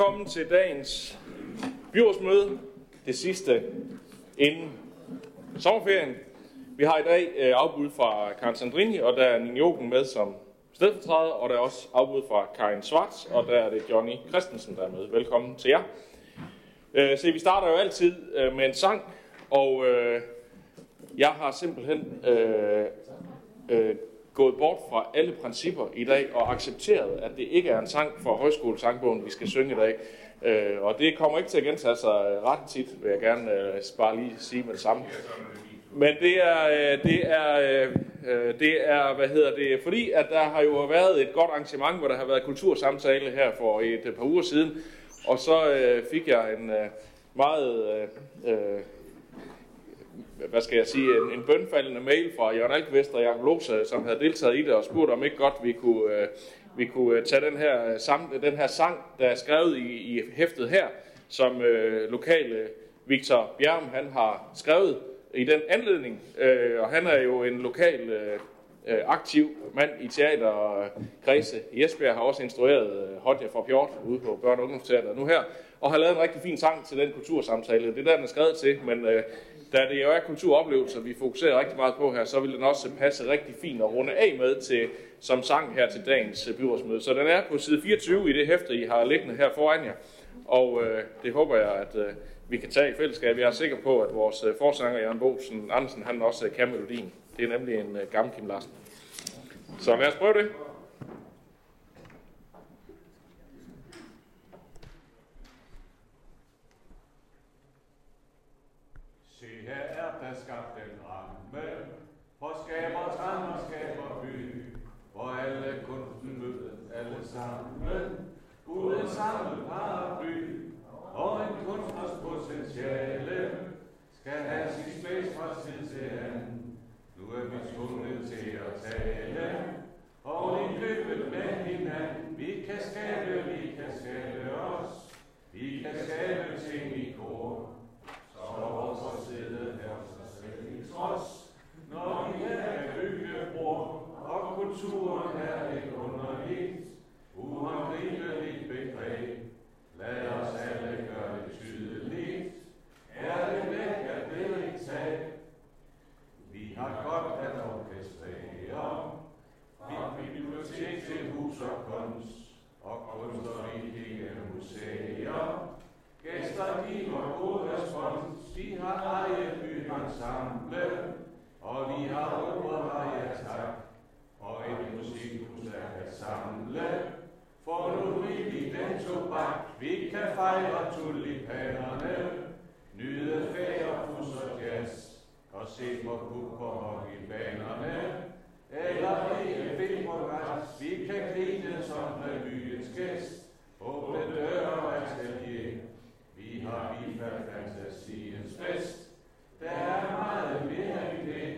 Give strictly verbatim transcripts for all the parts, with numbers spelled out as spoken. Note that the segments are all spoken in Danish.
Velkommen til dagens byrådsmøde, det sidste inden sommerferien. Vi har i dag øh, afbud fra Karen Sandrini, og der er Nina Jochen med som stedfortræder, og der er også afbud fra Karin Schwartz, og der er det Johnny Christensen, der er med. Velkommen til jer. Øh, så vi starter jo altid øh, med en sang, og øh, jeg har simpelthen øh, øh, gået bort fra alle principper i dag og accepteret, at det ikke er en sang fra højskolesangbogen, vi skal synge i dag. Øh, og det kommer ikke til at gentage sig ret tit, vil jeg gerne øh, bare lige sige med det samme. Men det er, øh, det er, øh, det er, hvad hedder det, fordi at der har jo været et godt arrangement, hvor der har været kultursamtale her for et par uger siden, og så øh, fik jeg en øh, meget, øh, hvad skal jeg sige, en, en bønfaldende mail fra Jørgen Alkvist og Jakob Lose, som havde deltaget i det og spurgt om ikke godt vi kunne, øh, vi kunne tage den her, sam, den her sang, der er skrevet i, i hæftet her, som øh, lokale Victor Bjerm han har skrevet i den anledning, øh, og han er jo en lokal øh, aktiv mand i teaterkredse i Esbjerg, har også instrueret øh, Hodja fra Pjort ude på Børne- og Ungdomsteateret nu her, og har lavet en rigtig fin sang til den kultursamtale. Det er der, den er skrevet til, men øh, da det jo er kulturoplevelser, vi fokuserer rigtig meget på her, så vil den også passe rigtig fint og runde af med til, som sang her til dagens byrådsmøde. Så den er på side fireogtyve i det hæfte, I har liggende her foran jer, og øh, det håber jeg, at øh, vi kan tage i fællesskab. Jeg er sikker på, at vores øh, forsanger Jørgen Bosen Andersen, han også øh, kan melodien. Det er nemlig en øh, gammel Kim Larsen. Så lad os prøve det. Se, her er der skabt en ramme, hvor skaber trang og skaber by, hvor alle kunsten mødes alle sammen, uden samme paraply, og en kunstners potentiale skal have sin space fra tid til anden. Nu er vi tvunget til at tale, og i løbet med hinanden. Vi kan skabe, vi kan skabe os, vi kan skabe ting i kor. Så vores side her så selv i trods, når vi er byggebror, og kulturen er et underligt, uhåndgribeligt begreb. Lad os alle gøre det tydeligt. Er det væk, at det ikke tab? Vi har godt at orkestrere, et bibliotek til hus og kunst, og kunstnerige museer. Gæster giver god respons, vi har eget byen ensemble, og vi har opera, ja tak, og et musikhus, der kan samle. For nu vil vi den tobak, vi kan fejre tulipanerne, nyde færepus og jazz, og se på kuk på hockeybanerne, eller ikke film på græs, vi kan grine som revyens gæst, åbne døre og atelier, vi har bifald fantasiens fest, der er meget mere i det,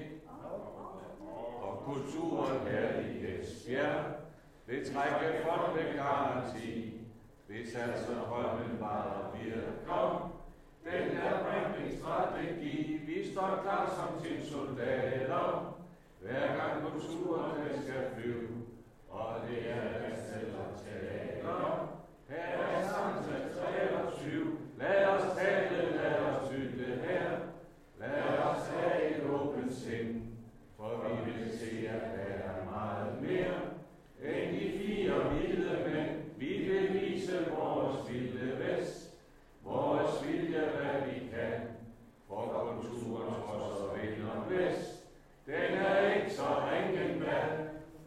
og kulturen her i Esbjerg, vil trække folk med garanti, hvis altså drømmen bare virker. Den er branding-strategi, vi står klar som til soldater, hver gang kulturen skal flyve, og det er der selv og taler. Her er samtidig treogtyve, lad os tale, lad os tyde her, lad os have et åbent sind, for vi vil se, at der er meget mere end de fire vilde mænd. Vi vil vise vores vilde vest, vores vilje, hvad vi kan, for kulturen trods og vinder bedst. Den er ikke så ringen med.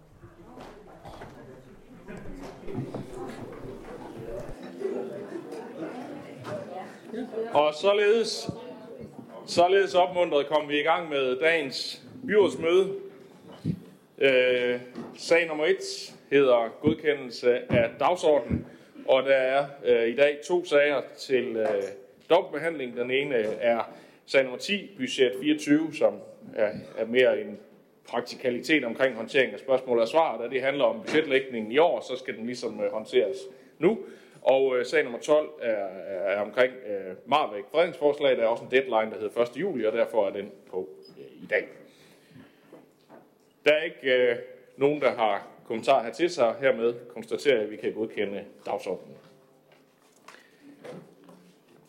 Og således, således opmuntret kom vi i gang med dagens byrådsmøde. Øh, sag nummer et hedder godkendelse af dagsordenen, og der er øh, i dag to sager til øh, dobbeltbehandling. Den ene er sag nummer ti, budget fireogtyve, som er, er mere en praktikalitet omkring håndtering af spørgsmål og svar. Da det handler om budgetlægningen i år, så skal den ligesom øh, håndteres nu. Og øh, sag nummer tolv er, er, er omkring øh, Marvæk fredningsforslag. Der er også en deadline, der hedder første juli, og derfor er den på øh, i dag. Der er ikke øh, nogen, der har kommentarer her til sig. Hermed konstaterer jeg, at vi kan godkende dagsordenen.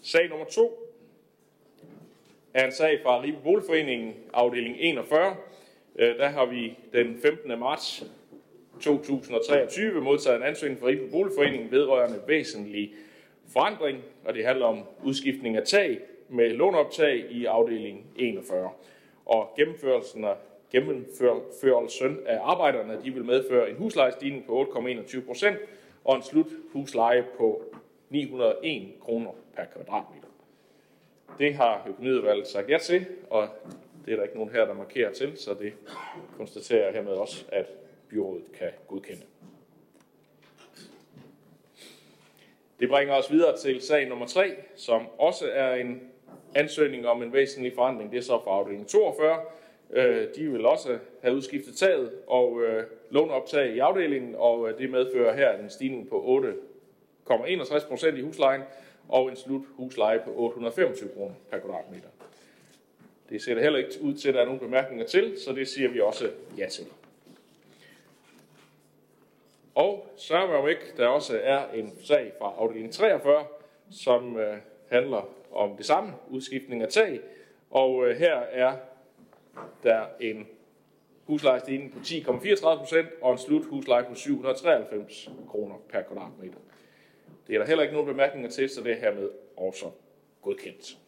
Sag nummer to er en sag fra Ribe Boligforeningen, afdeling enogfyrre. Der har vi den femtende marts to tusind og treogtyve modtaget en ansøgning fra Ribe Boligforeningen vedrørende væsentlig forandring, og det handler om udskiftning af tag med låneoptag i afdeling enogfyrre. Og gennemførelsen af gennemførelsen af arbejderne de vil medføre en huslejestigning på otte komma enogtyve procent og en slut husleje på ni hundrede og en kroner per kvadratmeter. Det har økonomiudvalget sagt ja til, og det er der ikke nogen her, der markerer til, så det konstaterer jeg hermed også, at byrådet kan godkende. Det bringer os videre til sag nummer tre, som også er en ansøgning om en væsentlig forandring. Det er så fra afdeling toogfyrre. De vil også have udskiftet taget og låneoptag i afdelingen, og det medfører her en stigning på otte komma enogtres procent i huslejen og en slut husleje på otte hundrede og femogtyve kroner per kvadratmeter. Det ser det heller ikke ud til, at der er nogle bemærkninger til, så det siger vi også ja til. Og så er jo ikke, der også er en sag fra afdeling treogfyrre, som øh, handler om det samme, udskiftning af tag. Og øh, her er der en huslejestigning på ti komma fireogtredive procent og en slut husleje på syv hundrede og treoghalvfems kroner per kvadratmeter. Det er der heller ikke nogen bemærkninger til, så det er hermed også godkendt.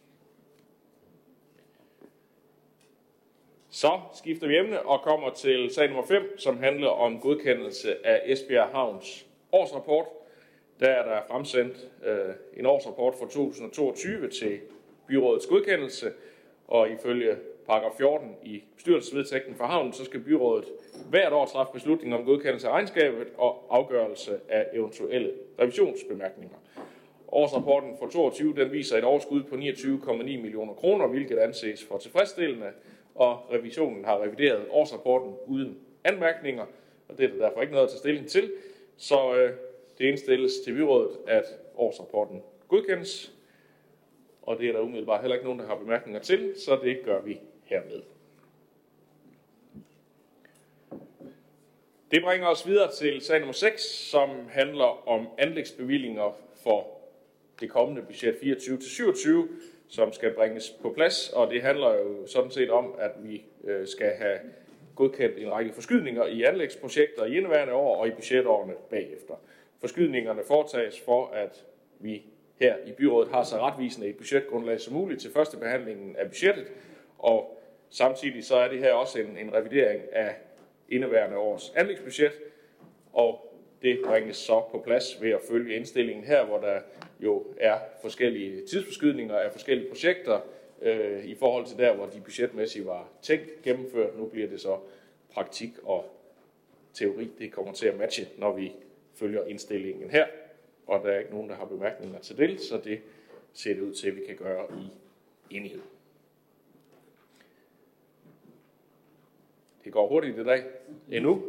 Så skifter vi emne og kommer til sag nummer fem, som handler om godkendelse af Esbjerg Havns årsrapport. Der er der fremsendt øh, en årsrapport for to tusind og toogtyve til byrådets godkendelse, og ifølge paragraf fjorten i bestyrelsesvedtægten for havnen, så skal byrådet hvert år træffe beslutning om godkendelse af regnskabet og afgørelse af eventuelle revisionsbemærkninger. Årsrapporten for toogtyve den viser et overskud på niogtyve komma ni millioner kroner, hvilket anses for tilfredsstillende, og revisionen har revideret årsrapporten uden anmærkninger, og det er der derfor ikke noget at tage stilling til, så øh, det indstilles til byrådet, at årsrapporten godkendes, og det er der umiddelbart heller ikke nogen, der har bemærkninger til, så det gør vi hermed. Det bringer os videre til sag nummer seks, som handler om anlægsbevillinger for det kommende budget fireogtyve til syvogtyve, som skal bringes på plads, og det handler jo sådan set om, at vi skal have godkendt en række forskydninger i anlægsprojekter i indeværende år og i budgetårene bagefter. Forskydningerne foretages for, at vi her i byrådet har så retvisende et budgetgrundlag som muligt til første behandlingen af budgettet, og samtidig så er det her også en, en revidering af indeværende års anlægsbudget, og det bringes så på plads ved at følge indstillingen her, hvor der jo er forskellige tidsforskydninger af forskellige projekter øh, i forhold til der, hvor de budgetmæssigt var tænkt gennemført. Nu bliver det så praktik og teori, det kommer til at matche, når vi følger indstillingen her, og der er ikke nogen, der har bemærkninger til det, så det ser det ud til, at vi kan gøre i enighed. Det går hurtigt i dag endnu.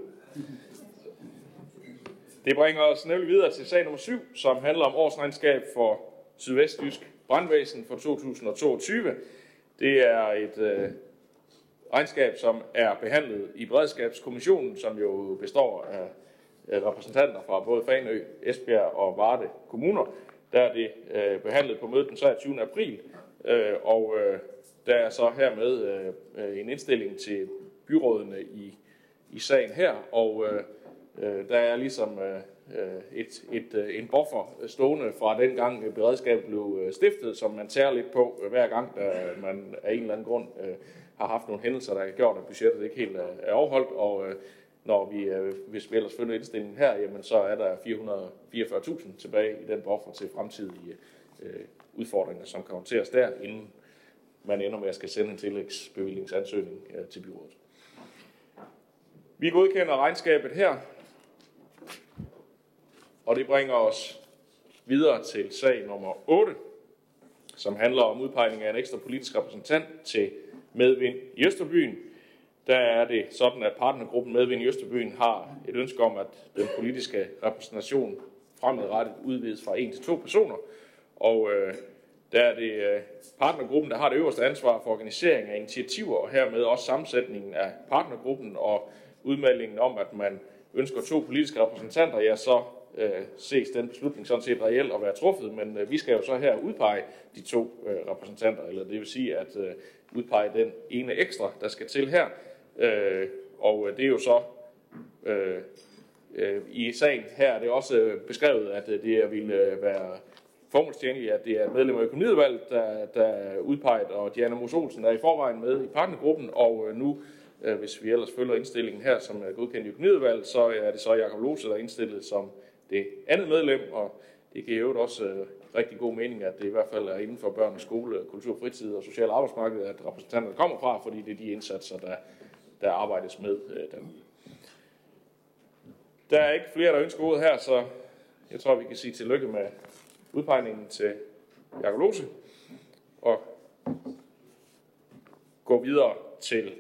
Det bringer os nemlig videre til sag nummer syv, som handler om årsregnskab for Sydvestjysk Brandvæsen for to tusind og toogtyve. Det er et øh, regnskab, som er behandlet i Beredskabskommissionen, som jo består af øh, repræsentanter fra både Fanø, Esbjerg og Varde kommuner. Der er det øh, behandlet på mødet den treogtyvende april, øh, og øh, der er så hermed øh, en indstilling til byrådene i, i sagen her, og øh, der er ligesom et, et, en buffer stående fra den gang beredskabet blev stiftet, som man tager lidt på hver gang, der man af en eller anden grund har haft nogle hændelser, der har gjort, at budgettet ikke helt er overholdt. Og når vi, hvis vi ellers følger indstillingen her, jamen så er der fire hundrede og fireogfyrre tusind tilbage i den buffer til fremtidige udfordringer, som kan håndteres der, inden man ender med at skal sende en tillægsbevillingsansøgning til byrådet. Vi godkender regnskabet her, og det bringer os videre til sag nummer otte, som handler om udpegning af en ekstra politisk repræsentant til Medvind i Østerbyen. Der er det sådan, at partnergruppen Medvind i Østerbyen har et ønske om, at den politiske repræsentation fremadrettet udvides fra en til to personer. Og øh, der er det øh, partnergruppen, der har det øverste ansvar for organisering af initiativer, og hermed også sammensætningen af partnergruppen og udmeldingen om, at man ønsker to politiske repræsentanter, ja, så øh, ses den beslutning sådan set reelt at være truffet, men øh, vi skal jo så her udpege de to øh, repræsentanter, eller det vil sige at øh, udpege den ene ekstra, der skal til her, øh, og øh, det er jo så øh, øh, i sagen her er det også beskrevet, at øh, det ville øh, være formålstjenligt, at det er et medlem af økonomiudvalget, der, der er udpeget, og Diana Mos Olsen er i forvejen med i partnergruppen, og øh, nu, øh, hvis vi ellers følger indstillingen her, som er godkendt i økonomiudvalget, så er det så Jakob Lose, der er indstillet som det andet medlem, og det giver jo også øh, rigtig god mening, at det i hvert fald er inden for børn og skole, kultur, fritid og social arbejdsmarked, at repræsentanterne kommer fra, fordi det er de indsatser, der, der arbejdes med øh, dem. Der er ikke flere, der ønsker ordet her, så jeg tror, vi kan sige tillykke med udpegningen til Jakob Lose og gå videre til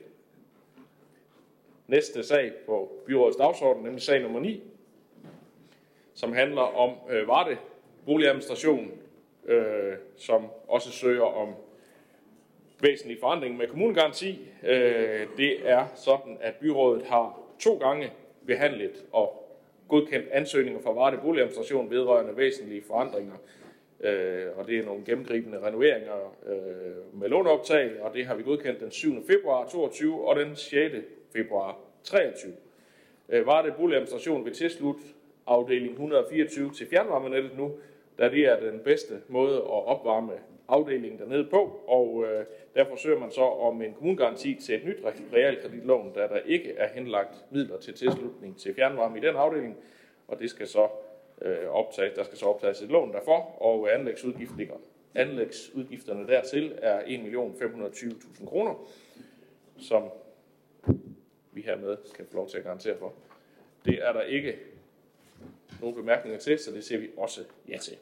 næste sag på byrådets dagsorden, nemlig sag nummer ni, som handler om øh, Varde Boligadministration, øh, som også søger om væsentlig forandring med kommunegaranti. Øh, det er sådan, at byrådet har to gange behandlet og godkendt ansøgninger fra Varde Boligadministration vedrørende væsentlige forandringer. Øh, og det er nogle gennemgribende renoveringer øh, med låneoptag, og det har vi godkendt den syvende februar toogtyve og den sjette februar treogtyve. Øh, Varde Boligadministration vil tilslutte afdeling et hundrede og fireogtyve til fjernvarmenettet nu, da det er den bedste måde at opvarme afdelingen dernede på, og øh, derfor søger man så om en kommunegaranti til et nyt realkreditlån, da der ikke er henlagt midler til tilslutning til fjernvarme i den afdeling, og det skal så øh, optages, der skal så optages et lån derfor, og anlægsudgifterne, anlægsudgifterne dertil er en million fem hundrede og tyve tusind kroner, som vi hermed kan få lov til at garantere for. Det er der ikke nogle bemærkninger til, så det ser vi også ja til.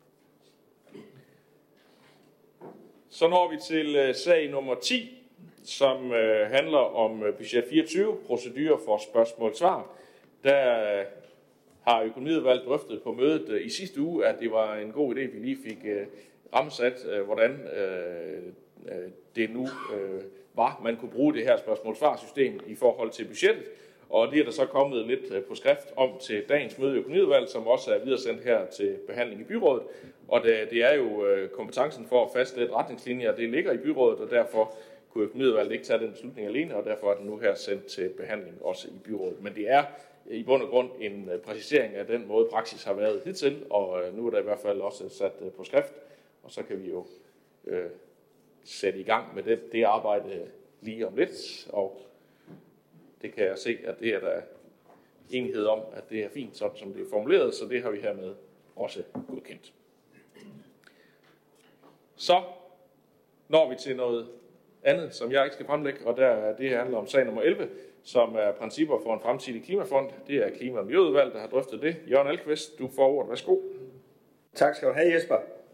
Så når vi til uh, sag nummer ti, som uh, handler om uh, budget fireogtyve, procedurer for spørgsmål-svar. Der uh, har økonomiudvalget drøftet på mødet uh, i sidste uge, at det var en god idé, at vi lige fik uh, ramsat, uh, hvordan uh, uh, det nu uh, var, man kunne bruge det her spørgsmål-svar-system i forhold til budgettet. Og det er der så kommet lidt på skrift om til dagens møde i økonomiudvalget, som også er videresendt her til behandling i byrådet. Og det, det er jo kompetencen for at fastlægge retningslinjer, det ligger i byrådet, og derfor kunne økonomiudvalget ikke tage den beslutning alene, og derfor er den nu her sendt til behandling også i byrådet. Men det er i bund og grund en præcisering af den måde, praksis har været hidtil, og nu er der i hvert fald også sat på skrift, og så kan vi jo øh, sætte i gang med det, det arbejde lige om lidt, og det kan jeg se, at det er der enighed om, at det er fint, sådan som det er formuleret, så det har vi hermed også godkendt. Så når vi til noget andet, som jeg ikke skal fremlægge, og der, det handler om sag nummer elleve, som er principper for en fremtidig klimafond. Det er Klima- og Miljøudvalget, der har drøftet det. Jørgen Alkvist, du får ordet. Værsgo. Tak skal du have, Jesper.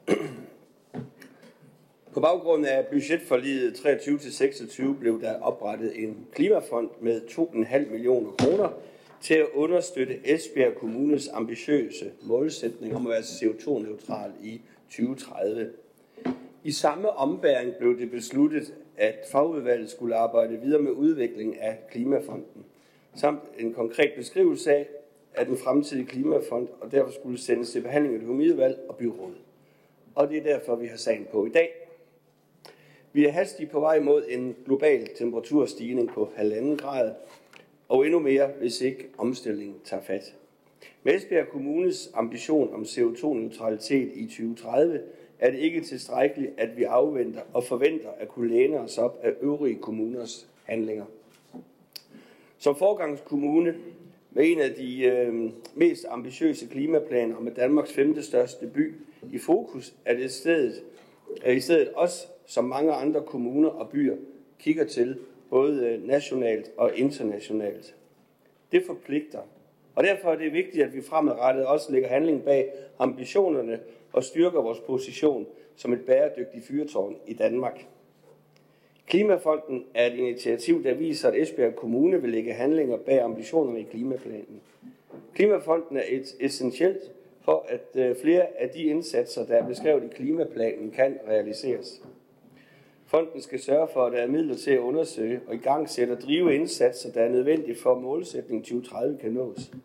På baggrund af budgetforliget treogtyve til seksogtyve blev der oprettet en klimafond med to komma fem millioner kroner til at understøtte Esbjerg Kommunes ambitiøse målsætning om at være C O to neutral i tyve tredive. I samme ombæring blev det besluttet, at fagudvalget skulle arbejde videre med udvikling af klimafonden, samt en konkret beskrivelse af, af den fremtidige klimafond, og derfor skulle sendes til behandling af økonomiudvalg og byråd. Og det er derfor, vi har sagen på i dag. Vi er hastigt på vej mod en global temperaturstigning på halvanden grad, og endnu mere, hvis ikke omstillingen tager fat. Med Esbjerg Kommunes ambition om C O to neutralitet i tyve tredive er det ikke tilstrækkeligt, at vi afventer og forventer at kunne læne os op af øvrige kommuners handlinger. Som forgangskommune med en af de øh, mest ambitiøse klimaplaner og med Danmarks femte største by i fokus, er det stedet, er i stedet også, som mange andre kommuner og byer, kigger til både nationalt og internationalt. Det forpligter, og derfor er det vigtigt, at vi fremadrettet også lægger handling bag ambitionerne og styrker vores position som et bæredygtigt fyrtårn i Danmark. Klimafonden er et initiativ, der viser, at Esbjerg Kommune vil lægge handlinger bag ambitionerne i klimaplanen. Klimafonden er et essentielt for, at flere af de indsatser, der er beskrevet i klimaplanen, kan realiseres. Fonden skal sørge for, at der er midler til at undersøge og igangsætte og drive indsatser, der er nødvendige for, at målsætningen tyve tredive kan nås.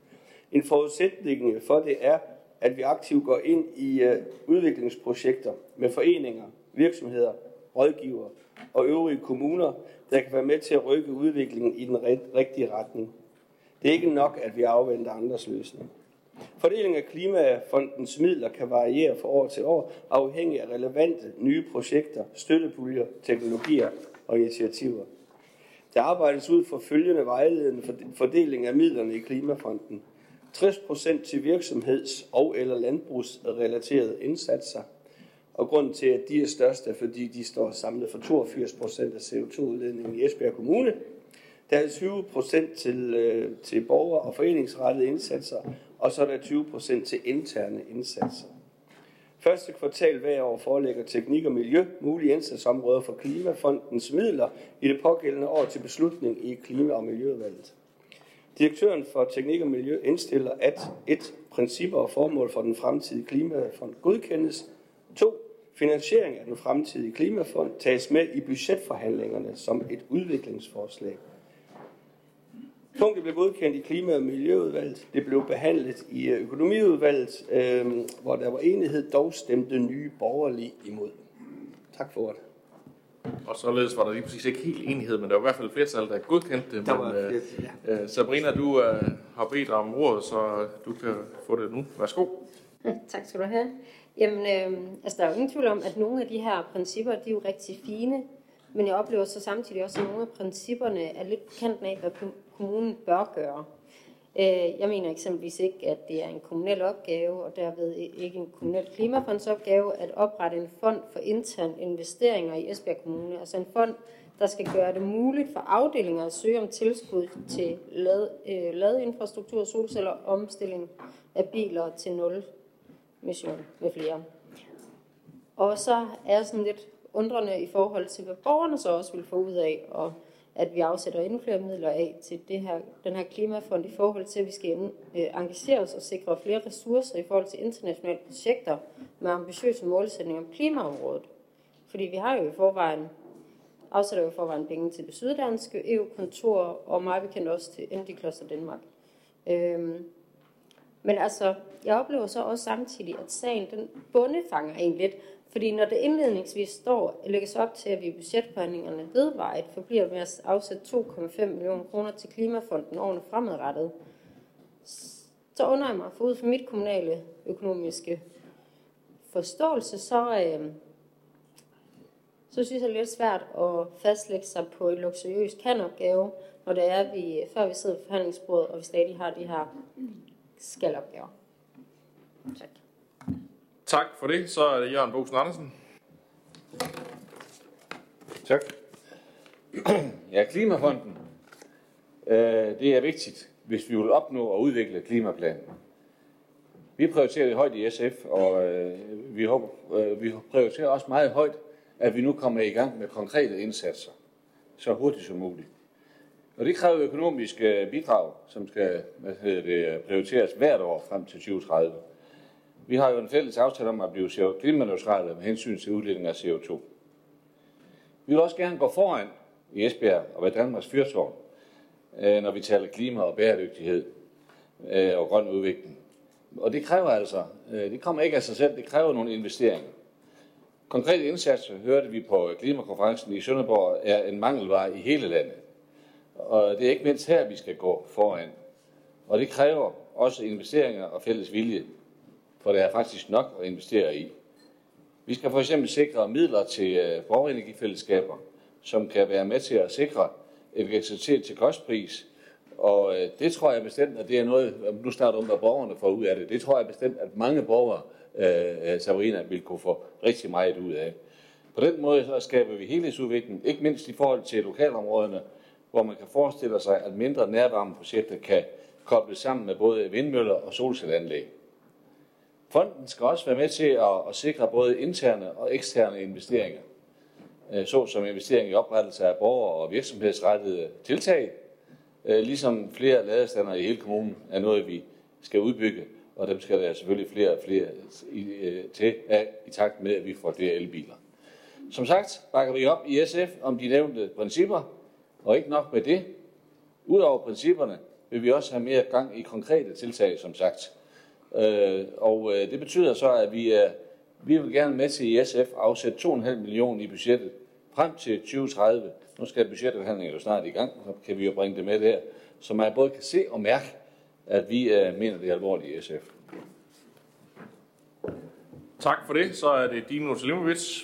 En forudsætning for det er, at vi aktivt går ind i uh, udviklingsprojekter med foreninger, virksomheder, rådgivere og øvrige kommuner, der kan være med til at rykke udviklingen i den rigtige retning. Det er ikke nok, at vi afventer andres løsninger. Fordelingen af Klimafondens midler kan variere fra år til år, afhængig af relevante nye projekter, støttepuljer, teknologier og initiativer. Der arbejdes ud for følgende vejledende fordeling af midlerne i Klimafonden. tres procent til virksomheds- og eller landbrugsrelaterede indsatser. Og grunden til, at de er størst, er, fordi de står samlet for toogfirs procent af C O to udledningen i Esbjerg Kommune. Der er tyve procent til, øh, til borger- og foreningsrettede indsatser, og så er der tyve procent til interne indsatser. Første kvartal hver år forelægger teknik og miljø mulige indsatsområder for Klimafondens midler i det pågældende år til beslutning i Klima- og Miljøudvalget. Direktøren for teknik og miljø indstiller, at et principper og formål for den fremtidige Klimafond godkendes. to. Finansiering af den fremtidige Klimafond tages med i budgetforhandlingerne som et udviklingsforslag. Punktet blev godkendt i Klima- og Miljøudvalget. Det blev behandlet i Økonomiudvalget, øh, hvor der var enighed, dog stemte Nye Borgerlige imod. Tak for ordet. Og således var der lige præcis ikke helt enighed, men der var i hvert fald et flertal, der godkendte det. Der men, var øh, flertal, øh, Sabrina, du øh, har bedt om ordet, så du kan få det nu. Værsgo. Tak skal du have. Jamen, øh, altså, der er jo ingen tvivl om, at nogle af de her principper, de er jo rigtig fine, men jeg oplever så samtidig også, at nogle af principperne er lidt på kanten af, hvad kommunen bør gøre. Øh, jeg mener eksempelvis ikke, at det er en kommunal opgave, og derved ikke en kommunal klimafondsopgave, at oprette en fond for interne investeringer i Esbjerg Kommune. Altså en fond, der skal gøre det muligt for afdelinger at søge om tilskud til lad, øh, ladeinfrastruktur, solceller, omstilling af biler til nul mission med flere. Og så er jeg sådan lidt undrende i forhold til, hvad borgerne så også vil få ud af, og at vi afsætter endnu flere midler af til det her, den her klimafond i forhold til, at vi skal øh, engagere os og sikre flere ressourcer i forhold til internationale projekter med ambitiøse målsætninger om klimaområdet. Fordi vi har jo i forvejen, afsætter jo i forvejen penge til det syddanske E U-kontor, og meget bekendt også til Energy Cluster Danmark. Øhm, men altså, jeg oplever så også samtidig, at sagen den bundefanger egentlig lidt, fordi når det indledningsvis står, lægges op til, at vi i budgetforhandlingerne vedvarigt forbliver med at afsætte to komma fem millioner kroner til Klimafonden årene fremadrettet, så undrer jeg mig, for ud fra mit kommunale økonomiske forståelse, så, øh, så synes jeg, det er lidt svært at fastlægge sig på et luksuriøst kan-opgave, når det er, vi, før vi sidder ved forhandlingsbordet, og vi stadig har de her skal-opgaver. Tak. Tak for det. Så er det Jørgen Bosen Andersen. Tak. Ja, Klimafonden. Øh, det er vigtigt, hvis vi vil opnå og udvikle klimaplanen. Vi prioriterer det højt i S F, og øh, vi, håber, øh, vi prioriterer også meget højt, at vi nu kommer i gang med konkrete indsatser, så hurtigt som muligt. Og det kræver økonomiske bidrag, som skal hvad hedder det, prioriteres hvert år frem til tyve tredive. Vi har jo en fælles aftale om at blive klimaneutrale med hensyn til udledning af C O to. Vi vil også gerne gå foran i Esbjerg og være Danmarks fyrtårn, når vi taler klima og bæredygtighed og grøn udvikling. Og det kræver altså, det kommer ikke af sig selv, det kræver nogle investeringer. Konkrete indsatser, hørte vi på klimakonferencen i Sønderborg, er en mangelvare i hele landet. Og det er ikke mindst her, vi skal gå foran. Og det kræver også investeringer og fælles vilje, for der er faktisk nok at investere i. Vi skal for eksempel sikre midler til borgerenergifællesskaber, som kan være med til at sikre elektricitet til kostpris. Og det tror jeg bestemt, at det er noget, nu starter om, hvad borgerne får ud af det. Det tror jeg bestemt, at mange borgere, øh, Sabrina, vil kunne få rigtig meget ud af. På den måde så skaber vi helhedsudvikling, ikke mindst i forhold til lokalområderne, hvor man kan forestille sig, at mindre nærvarmeprojekter kan kobles sammen med både vindmøller og solcelleanlæg. Fonden skal også være med til at, at sikre både interne og eksterne investeringer, såsom investering i oprettelse af borger- og virksomhedsrettede tiltag, ligesom flere ladestander i hele kommunen er noget, vi skal udbygge, og dem skal der selvfølgelig flere og flere til af, i takt med, at vi får flere elbiler. Som sagt bakker vi op i S F om de nævnte principper, og ikke nok med det. Udover principperne, vil vi også have mere gang i konkrete tiltag, som sagt. Øh, og øh, det betyder så, at vi, er, vi vil gerne med til i S F afsætte to komma fem millioner i budgettet frem til tyve tredive. Nu skal budgetforhandlingen jo snart i gang, så kan vi jo bringe det med der, så man både kan se og mærke, at vi øh, mener det er alvorligt i S F. Tak for det. Så er det Dino Selimovic.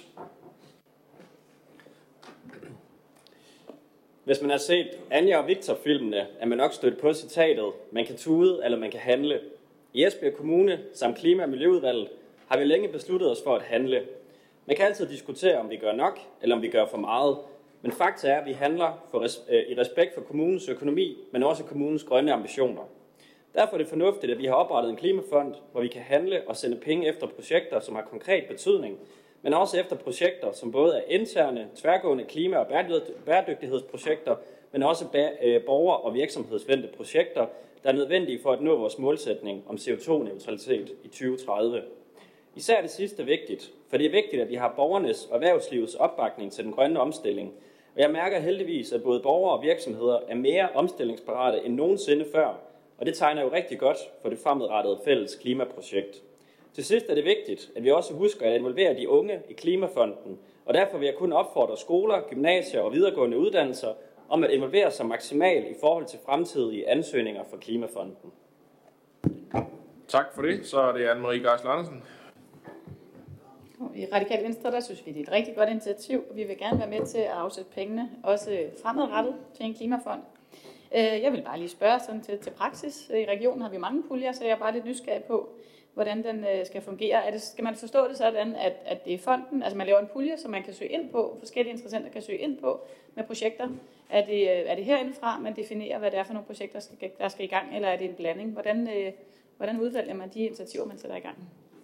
Hvis man har set Anja og Victor-filmene, er man nok stødt på citatet, man kan tude eller man kan handle. I Esbjerg Kommune samt Klima- og Miljøudvalget har vi længe besluttet os for at handle. Man kan altid diskutere, om vi gør nok eller om vi gør for meget. Men fakta er, at vi handler for res- øh, i respekt for kommunens økonomi, men også kommunens grønne ambitioner. Derfor er det fornuftigt, at vi har oprettet en klimafond, hvor vi kan handle og sende penge efter projekter, som har konkret betydning, men også efter projekter, som både er interne, tværgående klima- og bæredygtighedsprojekter, men også borger- og virksomhedsvendte projekter, der er nødvendige for at nå vores målsætning om C O to neutralitet i tyve tredive. Især det sidste er vigtigt, for det er vigtigt, at vi har borgernes og erhvervslivets opbakning til den grønne omstilling. Og jeg mærker heldigvis, at både borgere og virksomheder er mere omstillingsparate end nogensinde før, og det tegner jo rigtig godt for det fremadrettede fælles klimaprojekt. Til sidst er det vigtigt, at vi også husker at involvere de unge i Klimafonden, og derfor vil jeg kun opfordre skoler, gymnasier og videregående uddannelser om at involvere sig maksimalt i forhold til fremtidige ansøgninger for Klimafonden. Tak for det. Så er det Anne-Marie Geisler Andersen. I Radikale Venstre, der synes vi, det er et rigtig godt initiativ, og vi vil gerne være med til at afsætte pengene, også fremadrettet til en klimafond. Jeg vil bare lige spørge sådan til, til praksis. I regionen har vi mange puljer, så jeg er bare lidt nysgerrig på, hvordan den skal fungere. Er det, skal man forstå det sådan, at, at det er fonden, altså man laver en pulje, som man kan søge ind på, forskellige interessenter kan søge ind på med projekter. Er det, er det herindefra, man definerer, hvad det er for nogle projekter, der skal, der skal i gang, eller er det en blanding? Hvordan, hvordan udvælger man de initiativer, man sætter i gang?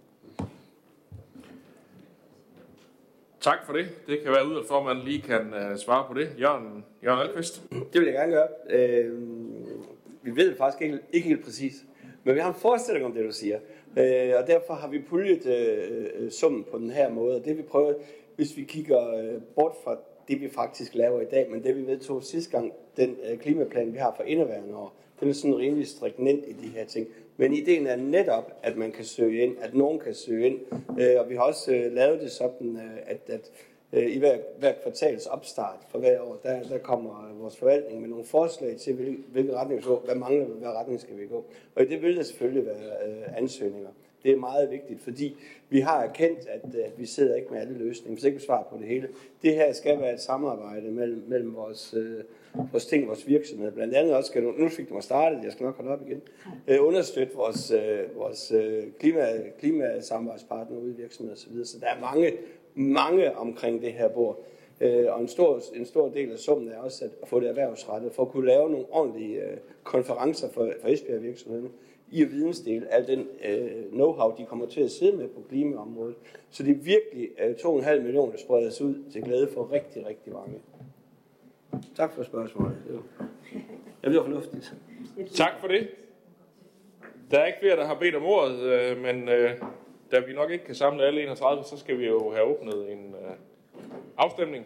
Tak for det. Det kan være ud, at formanden lige kan uh, svare på det. Jørgen, Jørgen Alkvist. Det vil jeg gerne gøre. Øh, vi ved det faktisk ikke, ikke helt præcis, men vi har en forestilling om det, du siger. Øh, og derfor har vi puljet øh, summen på den her måde. Og det vi prøver, hvis vi kigger øh, bort fra det, vi faktisk laver i dag, men det vi vedtog sidste gang, den øh, klimaplan, vi har for indeværende år, den er sådan rimelig stringent i de her ting. Men ideen er netop, at man kan søge ind, at nogen kan søge ind. Øh, og vi har også øh, lavet det sådan, øh, at, at øh, i hver, hver kvartals opstart for hver år, der, der kommer vores forvaltning med nogle forslag til, hvil, hvilken retning vi skal gå, hvad mangler vi, hvad retning skal vi gå. Og i det vil der selvfølgelig være øh, ansøgninger. Det er meget vigtigt, fordi vi har erkendt, at, at vi sidder ikke med alle løsninger, så ikke vi svarer på det hele. Det her skal være et samarbejde mellem, mellem vores, øh, vores ting, vores virksomheder. Blandt andet også skal, nu fik det mig startet, jeg skal nok holde op igen, øh, understøtte vores, øh, vores øh, klima, klimasamarbejdspartnere ude i virksomheder osv. Så der er mange, mange omkring det her bord. Øh, og en stor, en stor del af summen er også at få det erhvervsrettet, for at kunne lave nogle ordentlige øh, konferencer for, for Esbjerg virksomhederne i at vidensdele al den øh, know-how, de kommer til at sidde med på klimaområdet. Så det er virkelig øh, to komma fem millioner, der spredes ud til glæde for rigtig, rigtig mange. Tak for spørgsmålet. Det bliver fornuftigt. Tak for det. Der er ikke flere, der har bedt om ordet, øh, men øh, da vi nok ikke kan samle alle enogtredive, så skal vi jo have åbnet en øh, afstemning.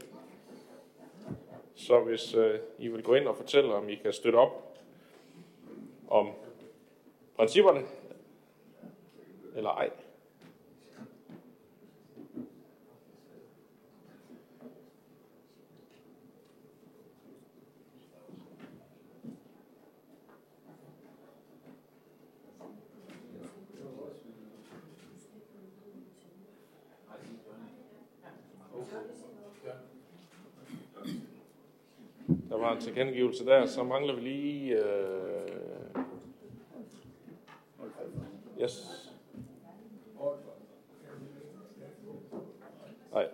Så hvis øh, I vil gå ind og fortælle, om I kan støtte op om principperne, eller ej. Der var en tilkendegivelse der, så mangler vi lige... Øh... Yes. Nej.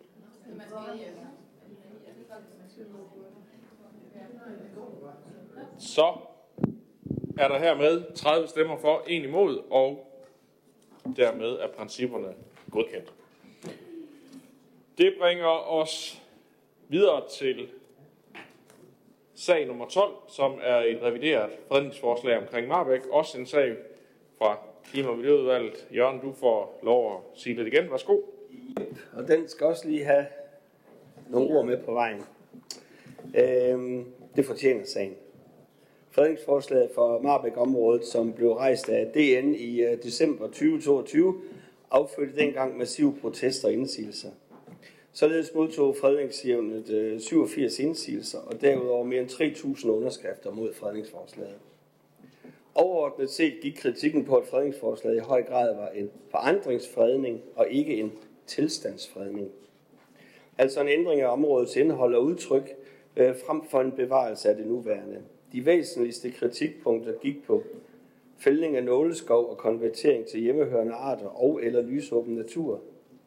Så er der hermed tredive stemmer for, en imod, og dermed er principperne godkendt. Det bringer os videre til sag nummer tolv, som er et revideret fredningsforslag omkring Marbæk. Også en sag fra Klima- og Miljøudvalget. Jørgen, du får lov at sige lidt igen. Værsgo. Og den skal også lige have nogle ord med på vejen. Øhm, det fortjener sagen. Fredningsforslaget for Marbæk-området, som blev rejst af D N i december tyve toogtyve, affødte dengang massive protester og indsigelser. Således modtog fredningsnævnet syvogfirs indsigelser og derudover mere end tre tusind underskrifter mod fredningsforslaget. Overordnet set gik kritikken på, at fredningsforslaget i høj grad var en forandringsfredning og ikke en tilstandsfredning. Altså en ændring af områdets indhold og udtryk øh, frem for en bevarelse af det nuværende. De væsentligste kritikpunkter gik på fældning af nåleskov og konvertering til hjemmehørende arter og eller lysåben natur,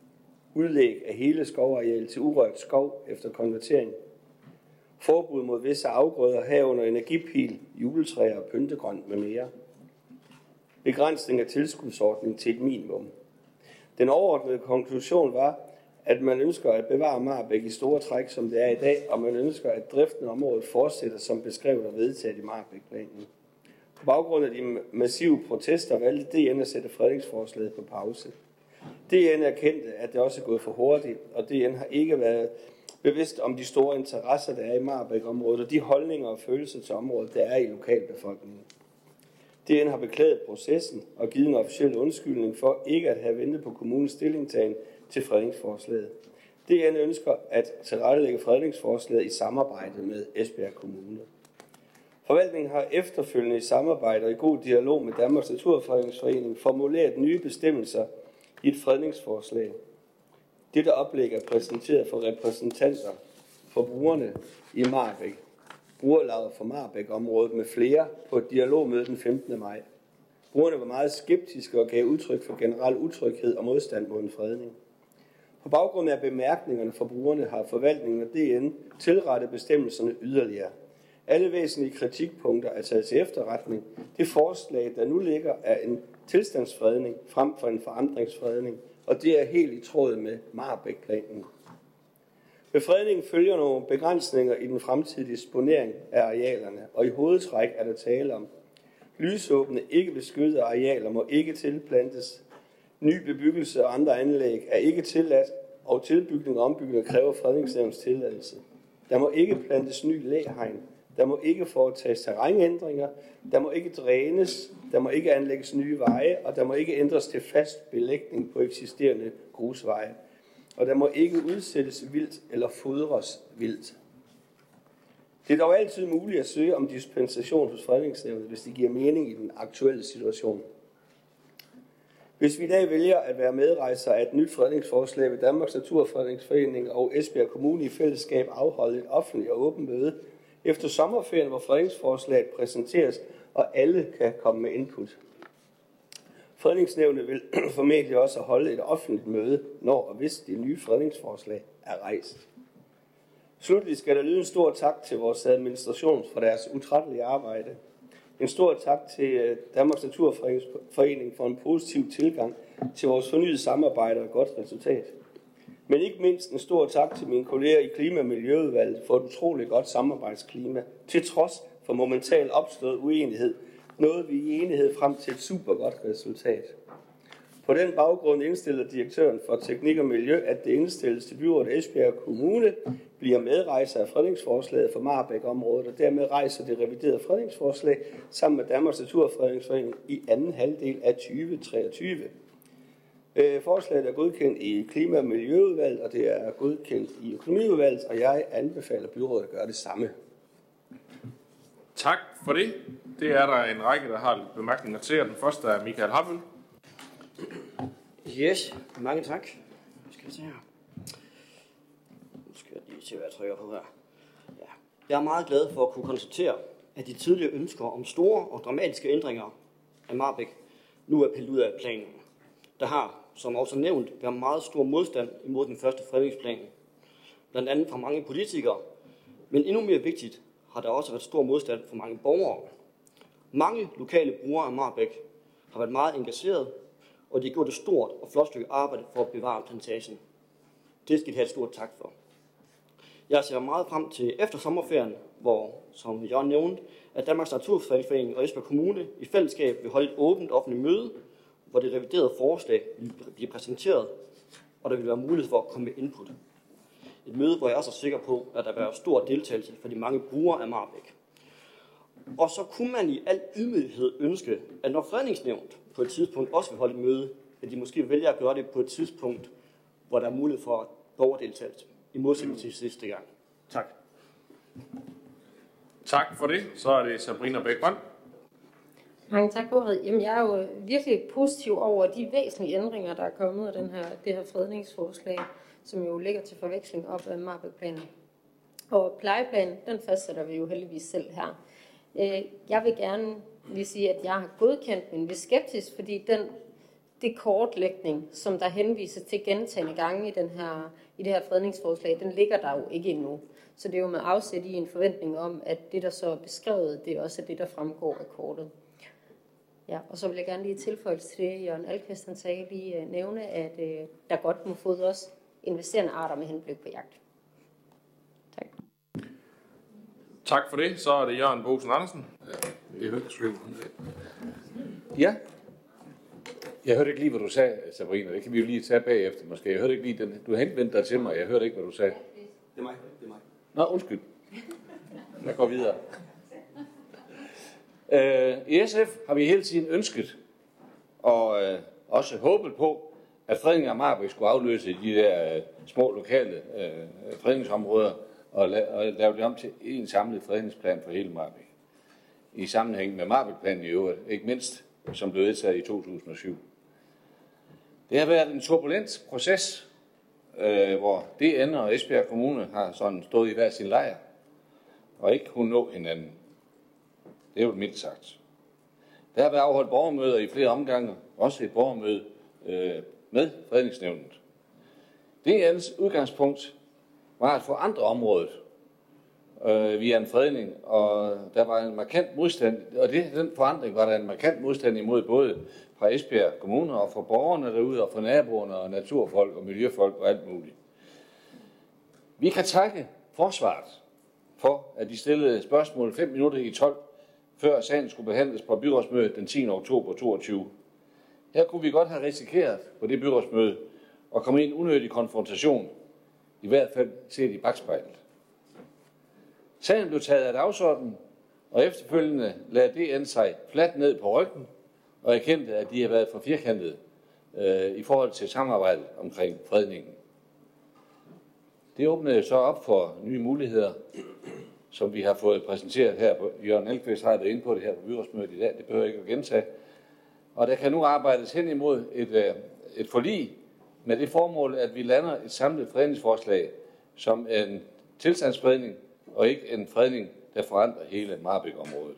udlæg af hele skovareal til urørt skov efter konvertering, forbud mod visse afgrøder herunder energipil, juletræer og pyntegrønt med mere, begrænsning af tilskudsordning til et minimum. Den overordnede konklusion var, at man ønsker at bevare Marbæk i store træk, som det er i dag, og man ønsker, at driften af området fortsætter som beskrevet og vedtaget i Marbæk-planen. På baggrund af de massive protester valgte D N at sætte fredningsforslaget på pause. D N erkendte, at det også er gået for hurtigt, og D N har ikke været bevidst om de store interesser, der er i Marbæk-området, og de holdninger og følelser til området, der er i lokalbefolkningen. D N har beklaget processen og givet en officiel undskyldning for ikke at have ventet på kommunens stillingtagen til fredningsforslaget. D N ønsker at tilrettelægge fredningsforslaget i samarbejde med Esbjerg Kommune. Forvaltningen har efterfølgende i samarbejde og i god dialog med Danmarks Naturfredningsforening formuleret nye bestemmelser i et fredningsforslag. Dette oplæg er præsenteret for repræsentanter for brugerne i Marbæk, brugerlaget for Marbæk-området med flere på et dialogmøde den femtende maj. Brugerne var meget skeptiske og gav udtryk for generel utryghed og modstand mod en fredning. På baggrund af bemærkningerne fra brugerne har forvaltningen og D N tilrettet bestemmelserne yderligere. Alle væsentlige kritikpunkter er taget til efterretning. Det forslag, der nu ligger, er en tilstandsfredning frem for en forandringsfredning, og det er helt i tråd med Marbæk-planen. Ved fredningen følger nogle begrænsninger i den fremtidige disponering af arealerne, og i hovedtræk er der tale om lysåbne, ikke beskyttede arealer må ikke tilplantes, ny bebyggelse og andre anlæg er ikke tilladt, og tilbygning og ombygning kræver fredningsnævnets tilladelse. Der må ikke plantes ny læhegn, der må ikke foretages terrænændringer, der må ikke drænes, der må ikke anlægges nye veje, og der må ikke ændres til fast belægning på eksisterende grusveje. Og der må ikke udsættes vildt eller fodres vildt. Det er dog altid muligt at søge om dispensation hos fredningsnævnet, hvis det giver mening i den aktuelle situation. Hvis vi i dag vælger at være medrejser af et nyt fredningsforslag ved Danmarks Naturfredningsforening og Esbjerg Kommune i fællesskab afholde et offentligt og åbent møde efter sommerferien, hvor fredningsforslaget præsenteres, og alle kan komme med input. Fredningsnævnet vil formentlig også holde et offentligt møde, når og hvis det nye fredningsforslag er rejst. Slutlig skal der lyde en stor tak til vores administration for deres utrættelige arbejde. En stor tak til Danmarks Naturfredningsforening for en positiv tilgang til vores fornyede samarbejde og godt resultat. Men ikke mindst en stor tak til mine kolleger i Klima- og Miljøudvalget for et utroligt godt samarbejdsklima, til trods for momentant opstået uenighed, nåede vi i enighed frem til et super godt resultat. På den baggrund indstiller direktøren for Teknik og Miljø, at det indstilles til byrådet Esbjerg Kommune bliver medrejser af fredningsforslaget for Marbæk-området, og dermed rejser det reviderede fredningsforslag sammen med Danmarks Naturfredningsforening i anden halvdel af tyve treogtyve. Forslaget er godkendt i Klima- og Miljøudvalget, og det er godkendt i Økonomiudvalget, og jeg anbefaler byrådet at gøre det samme. Tak for det. Det er der en række, der har lidt bemærkninger til. Den første er Michael Havel. Yes, mange tak. Hvad skal jeg se her? Nu skal jeg lige se, hvad jeg trykker på her. Ja. Jeg er meget glad for at kunne konstatere, at de tidligere ønsker om store og dramatiske ændringer af Marbæk nu er pillet ud af planen. Der har, som også nævnt, været meget stor modstand imod den første fredningsplan. Blandt andet fra mange politikere, men endnu mere vigtigt har der også været stor modstand fra mange borgere. Mange lokale brugere af Marbæk har været meget engageret, og de har gjort et stort og flot stykke arbejde for at bevare plantagen. Det skal de have et stort tak for. Jeg ser meget frem til efter sommerferien, hvor, som jeg nævnte, at Danmarks Naturfredningsforening og Esbjerg Kommune i fællesskab vil holde et åbent offentligt møde, hvor det reviderede forslag vil blive præsenteret, og der vil være mulighed for at komme med input. Et møde, hvor jeg også er sikker på, at der vil være stor deltagelse for de mange brugere af Marbæk. Og så kunne man i al ydmyghed ønske, at når fredningsnævnet på et tidspunkt også vil holde et møde, at de måske vælger at gøre det på et tidspunkt, hvor der er mulighed for borgerdeltagelse, i modsætning til sidste gang. Tak. Tak for det. Så er det Sabrina Bækman. Mange tak for det. Jamen, jeg er jo virkelig positiv over de væsentlige ændringer, der er kommet af den her, det her fredningsforslag, som jo ligger til forveksling op af Marbækplanen. Og plejeplanen, den fastsætter vi jo heldigvis selv her. Jeg vil gerne lige sige, at jeg har godkendt, men vi er skeptisk, fordi den det kortlægning, som der henvises til gentagne gange i, den her, i det her fredningsforslag, den ligger der jo ikke endnu. Så det er jo med afsæt i en forventning om, at det, der så er beskrevet, det er også det, der fremgår af kortet. Ja, og så vil jeg gerne lige tilføje til det, Jørgen Alkvist han sagde, lige nævne, at øh, der godt må fodres investerende arter med henblik på jagt. Tak. Tak for det. Så er det Jørgen Bosen Andersen. Ja. Jeg hørte ikke lige, hvad du sagde, Sabrina. Det kan vi jo lige tage bagefter måske. Jeg hørte ikke lige den. Du henvendte dig til mig. Jeg hørte ikke, hvad du sagde. Det er mig. Det er mig. Nå, undskyld. Jeg går videre. Uh, I S F har vi hele tiden ønsket og uh, også håbet på, at fredningen af Marbæk skulle afløse de der uh, små lokale uh, fredningsområder og, la- og lave det om til en samlet fredningsplan for hele Marbæk. I sammenhæng med Marbækplanen i øvrigt, ikke mindst, som blev vedtaget i to tusind og syv. Det har været en turbulent proces, øh, hvor D N og Esbjerg Kommune har sådan stået i hver sin lejr og ikke kunne nå hinanden. Det er jo mildt sagt. Der har været afholdt borgermøder i flere omgange, også et borgermøde øh, med fredningsnævnet. D N's udgangspunkt var at forandre området øh, via en fredning, og der var en markant modstand, og det, den forandring var der en markant modstand imod både fra Esbjerg Kommune og fra borgerne derude, og fra naboerne og naturfolk og miljøfolk og alt muligt. Vi kan takke forsvaret for, at de stillede spørgsmål fem minutter i tolv, før sagen skulle behandles på byrådsmødet den tiende oktober toogtyve. Her kunne vi godt have risikeret på det byrådsmøde at komme i en unødig konfrontation, i hvert fald set i bakspejlet. Sagen blev taget af dagsordenen, og efterfølgende lagde D N sig fladt ned på ryggen og erkendte, at de har været for firkantede øh, i forhold til samarbejdet omkring fredningen. Det åbnede så op for nye muligheder, som vi har fået præsenteret her på. Jørgen Alkvist har været inde på det her på byrådsmødet i dag, det behøver jeg ikke at gentage. Og der kan nu arbejdes hen imod et, et forlig med det formål, at vi lander et samlet fredningsforslag som en tilstandsfredning, og ikke en fredning, der forandrer hele Marbæk-området.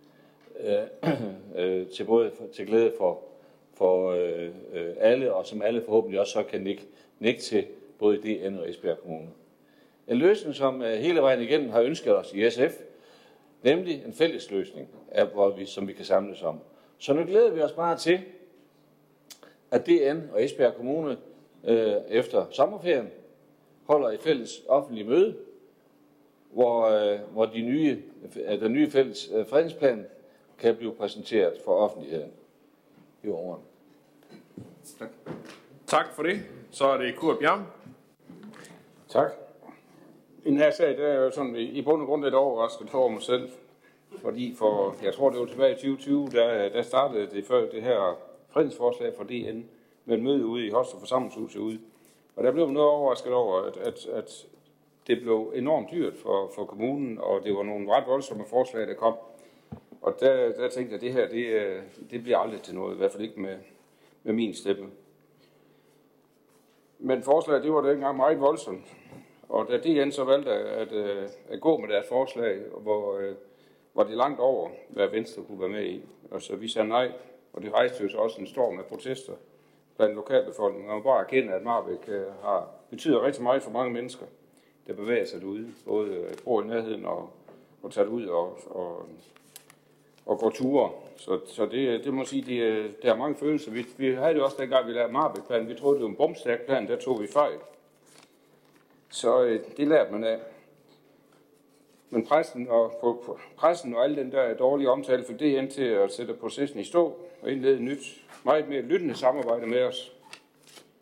Øh, øh, til både for, til glæde for, for øh, øh, alle, og som alle forhåbentlig også så kan nikke, nikke til både D N og Esbjerg Kommune. En løsning, som øh, hele vejen igennem har ønsket os i S F, nemlig en fælles løsning, af, hvor vi, som vi kan samles om. Så nu glæder vi os bare til, at D N og Esbjerg Kommune øh, efter sommerferien holder et fælles offentligt møde, hvor, øh, hvor de nye, den nye fælles øh, fredningsplan kan blive præsenteret for offentligheden. Det var ordene. Tak. Tak for det. Så er det Kurt Bjerg. Tak. I den her sag, der er jo sådan i bund og grund lidt overrasket over mig selv. Fordi for, jeg tror det var tilbage i tyve tyve, der, der startede det før det her fredningsforslag fra D N med et møde ude i Hostrup forsamlingshuset ude. Og der blev man noget overrasket over, at, at, at det blev enormt dyrt for, for kommunen, og det var nogle ret voldsomme forslag, der kom. Og der, der tænkte jeg, at det her, det, det bliver aldrig til noget, i hvert fald ikke med, med min stemme. Men forslaget, det var da engang meget voldsomt. Og da D N så valgte at, at, at gå med deres forslag, hvor, hvor det langt over, hvad Venstre kunne være med i. Og så vi sagde nej, og det rejste jo så også en storm af protester blandt lokalbefolkningen. Og man bare erkende, at Marbæk har, betyder rigtig meget for mange mennesker, der bevæger sig derude. Både bor i nærheden og, og tager ud og, og, og går ture. Så, så det, det må sige, det, der er mange følelser. Vi, vi havde det også dengang, vi lavede Marbæk-planen. Vi troede, det var en bomstærk plan, der tog vi fejl. Så øh, det lærte man af. Men pressen og, på, på, pressen og al den der dårlige omtale for D N til at sætte processen i stå og indlede et nyt, meget mere lyttende samarbejde med os.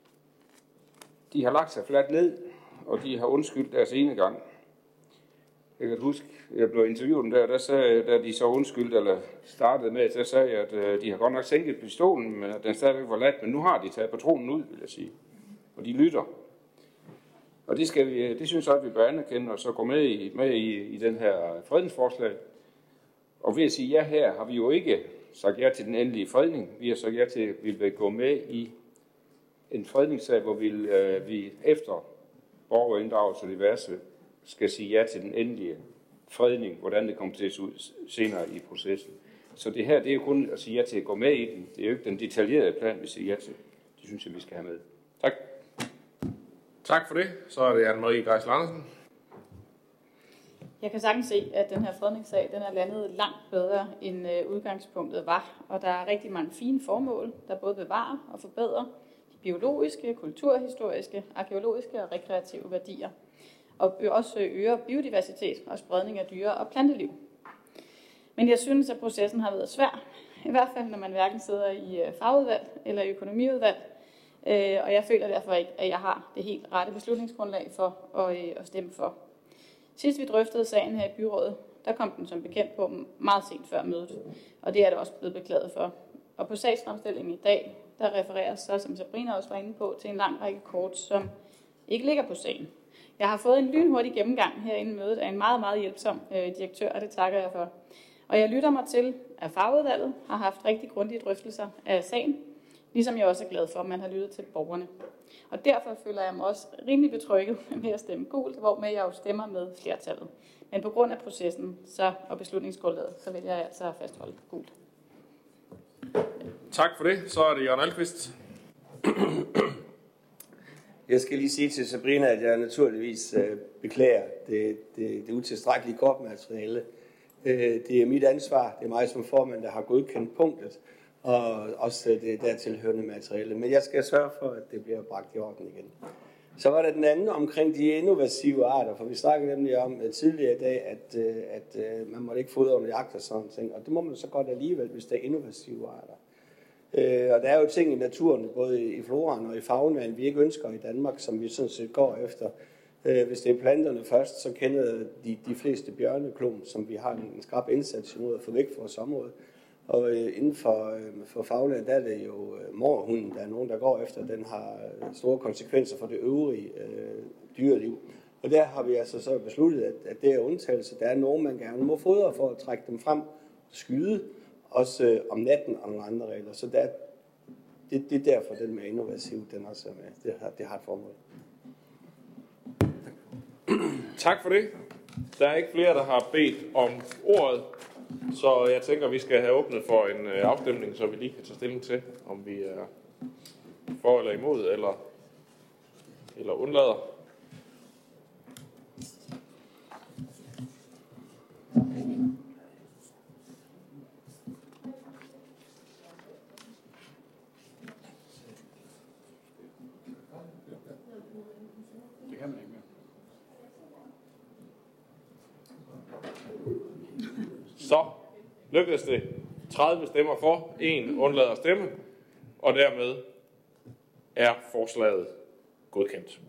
De har lagt sig fladt ned, og de har undskyldt deres enegang. Jeg kan huske, jeg blev interviewet der, der sagde, da de så undskyldte, eller startede med, der sagde jeg, at øh, de har godt nok sænket pistolen, men at den stadigvæk var ladt, men nu har de taget patronen ud, vil jeg sige. Og de lytter. Og det, skal vi, det synes jeg, at vi bør anerkende, og så gå med i, med i, i den her fredningsforslag. Og ved at sige ja her, har vi jo ikke sagt ja til den endelige fredning. Vi har sagt ja til, at vi vil gå med i en fredningssag, hvor vi, øh, vi efter borgerinddragelse og diverse skal sige ja til den endelige fredning, hvordan det kommer til at se ud senere i processen. Så det her, det er jo kun at sige ja til at gå med i den. Det er jo ikke den detaljerede plan, vi siger ja til. Det synes jeg, vi skal have med. Tak. Tak for det. Så er det Anne-Marie Geisler Andersen. Jeg kan sagtens se, at den her fredningssag, den er landet langt bedre, end udgangspunktet var. Og der er rigtig mange fine formål, der både bevarer og forbedrer de biologiske, kulturhistoriske, arkeologiske og rekreative værdier. Og også øger biodiversitet og spredning af dyre- og planteliv. Men jeg synes, at processen har været svær. I hvert fald, når man hverken sidder i fagudvalg eller i økonomiudvalg. Og jeg føler derfor ikke, at jeg har det helt rette beslutningsgrundlag for at stemme for. Sidst vi drøftede sagen her i byrådet, der kom den som bekendt på meget sent før mødet. Og det er det også blevet beklaget for. Og på sagsfremstillingen i dag, der refereres så, som Sabrina også var inde på, til en lang række kort, som ikke ligger på sagen. Jeg har fået en lynhurtig gennemgang herinde i mødet af en meget, meget hjælpsom øh, direktør, og det takker jeg for. Og jeg lytter mig til, at fagudvalget har haft rigtig grundige drøftelser af sagen, ligesom jeg også er glad for, at man har lyttet til borgerne. Og derfor føler jeg mig også rimelig betrygget med at stemme gult, hvor med jeg jo stemmer med flertallet. Men på grund af processen så, og beslutningsgrundlaget, så vil jeg altså fastholde gult. Tak for det. Så er det Jørgen Alkvist. Jeg skal lige sige til Sabrina, at jeg naturligvis øh, beklager det, det, det utilstrækkelige kortmateriale. Øh, det er mit ansvar. Det er mig som formand, der har godkendt punktet, og også det der tilhørende materiale. Men jeg skal sørge for, at det bliver bragt i orden igen. Så var der den anden omkring de innovative arter, for vi snakkede nemlig om uh, tidligere i dag, at, uh, at uh, man måtte ikke fodre under jagt og sådan ting, og det må man så godt alligevel, hvis der er innovative arter. Uh, og der er jo ting i naturen, både i floraen og i faunaen, vi ikke ønsker i Danmark, som vi sådan set går efter. Uh, hvis det er planterne først, så kender de, de fleste bjørneklon, som vi har en skrap indsats imod at få væk fra vores område. Og uh, inden for, uh, for faunaen, der er det jo uh, morhunden, der er nogen, der går efter. Den har uh, store konsekvenser for det øvrige uh, dyreliv. Og der har vi altså så besluttet, at, at det er undtagelse. Der er nogen, man gerne må fodre for at trække dem frem og skyde, også uh, om natten og nogle andre regler. Så der, det, det er derfor, den med innovativ, den også er med. Det har, det har et formål. Tak for det. Der er ikke flere, der har bedt om ordet. Så jeg tænker, at vi skal have åbnet for en afstemning, så vi lige kan tage stilling til, om vi er for eller imod, eller, eller undlader. Det kan man ikke mere. Så lykkedes det. tredive stemmer for, en undlader at stemme, og dermed er forslaget godkendt.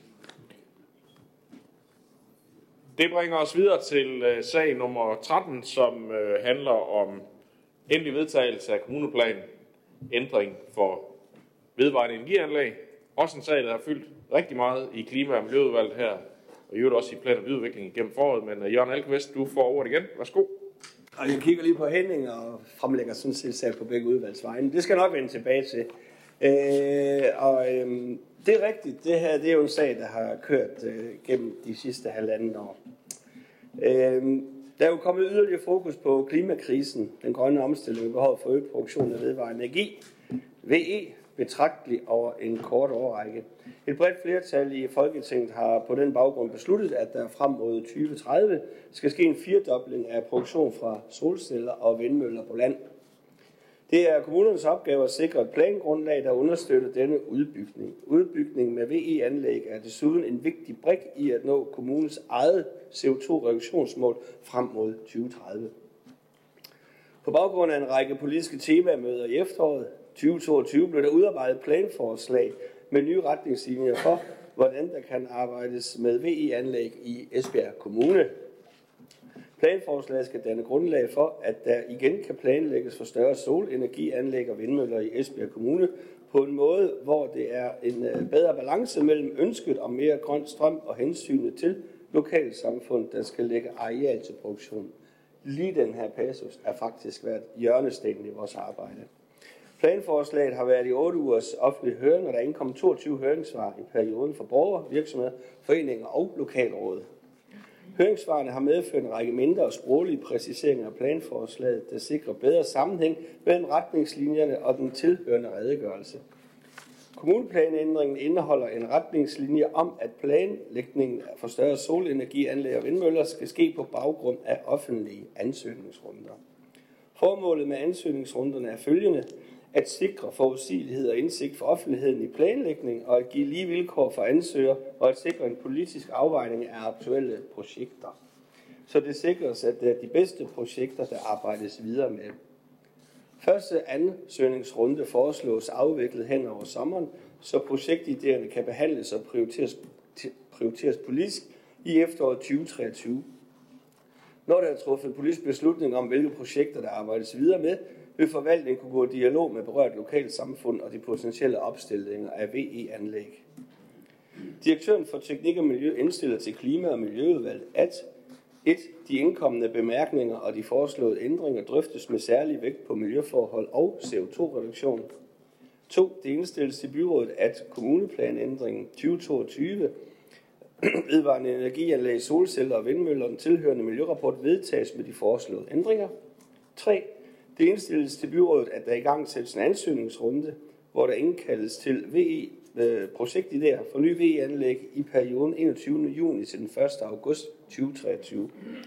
Det bringer os videre til uh, sag nummer tretten, som uh, handler om endelig vedtagelse af kommuneplan, ændring for vedvarende energianlæg. Også en sag, der har fyldt rigtig meget i klima- og miljøudvalget her, og i øvrigt også i plan- og byudvikling igennem foråret. Men uh, Jørgen Alkvist, du får ordet igen. Værsgo. Og jeg kigger lige på Henning og fremlægger sådan set sag på begge udvalgsvejen. Det skal jeg nok vende tilbage til. Øh, og øh, det er rigtigt. Det her det er jo en sag, der har kørt øh, gennem de sidste halvanden år. Øh, der er jo kommet yderligere fokus på klimakrisen, den grønne omstilling, behovet for øget produktion af vedvarende energi, V E, betragteligt over en kort årrække. Et bredt flertal i Folketinget har på den baggrund besluttet, at der frem mod tyve tredive skal ske en firedobling af produktion fra solceller og vindmøller på land. Det er kommunernes opgave at sikre et plangrundlag, der understøtter denne udbygning. Udbygning med V E-anlæg er desuden en vigtig brik i at nå kommunens eget C O to reduktionsmål frem mod tyve tredive. På baggrund af en række politiske temamøder i efteråret tyve toogtyve blev der udarbejdet planforslag med nye retningslinjer for, hvordan der kan arbejdes med V E-anlæg i Esbjerg Kommune. Planforslaget skal danne grundlag for, at der igen kan planlægges for større solenergianlæg og vindmøller i Esbjerg Kommune på en måde, hvor det er en bedre balance mellem ønsket om mere grøn strøm og hensynet til lokalsamfund, der skal lægge areal til produktion. Lige den her passus er faktisk været hjørnestenen i vores arbejde. Planforslaget har været i otte ugers offentlig høring, og der er indkommet toogtyve høringssvar i perioden for borgere, virksomheder, foreninger og lokalråd. Høringssvarene har medført en række mindre og sproglige præciseringer af planforslaget, der sikrer bedre sammenhæng mellem retningslinjerne og den tilhørende redegørelse. Kommuneplanændringen indeholder en retningslinje om, at planlægningen for større solenergianlæg og vindmøller skal ske på baggrund af offentlige ansøgningsrunder. Formålet med ansøgningsrunderne er følgende: at sikre forudsigelighed og indsigt for offentligheden i planlægning og at give lige vilkår for ansøger og at sikre en politisk afvejning af aktuelle projekter. Så det sikres, at det er de bedste projekter, der arbejdes videre med. Første ansøgningsrunde foreslås afviklet hen over sommeren, så projektidéerne kan behandles og prioriteres, prioriteres politisk i efteråret tyve treogtyve. Når der er truffet politisk beslutning om, hvilke projekter der arbejdes videre med, vil forvaltningen kunne gå i dialog med berørt lokalt samfund og de potentielle opstillinger af V E-anlæg. Direktøren for Teknik og Miljø indstiller til Klima- og Miljøudvalget, at et De indkommende bemærkninger og de foreslåede ændringer drøftes med særlig vægt på miljøforhold og C O to reduktion. to Det indstilles til byrådet, at kommuneplanændringen tyve toogtyve vedvarende energianlæg, solceller og vindmøller og den tilhørende miljørapport vedtages med de foreslåede ændringer. tre Det indstilles til byrådet, at der i gang sættes en ansøgningsrunde, hvor der indkaldes til V E-projektidéer for nye V E-anlæg i perioden enogtyvende juni til den første august tyve treogtyve.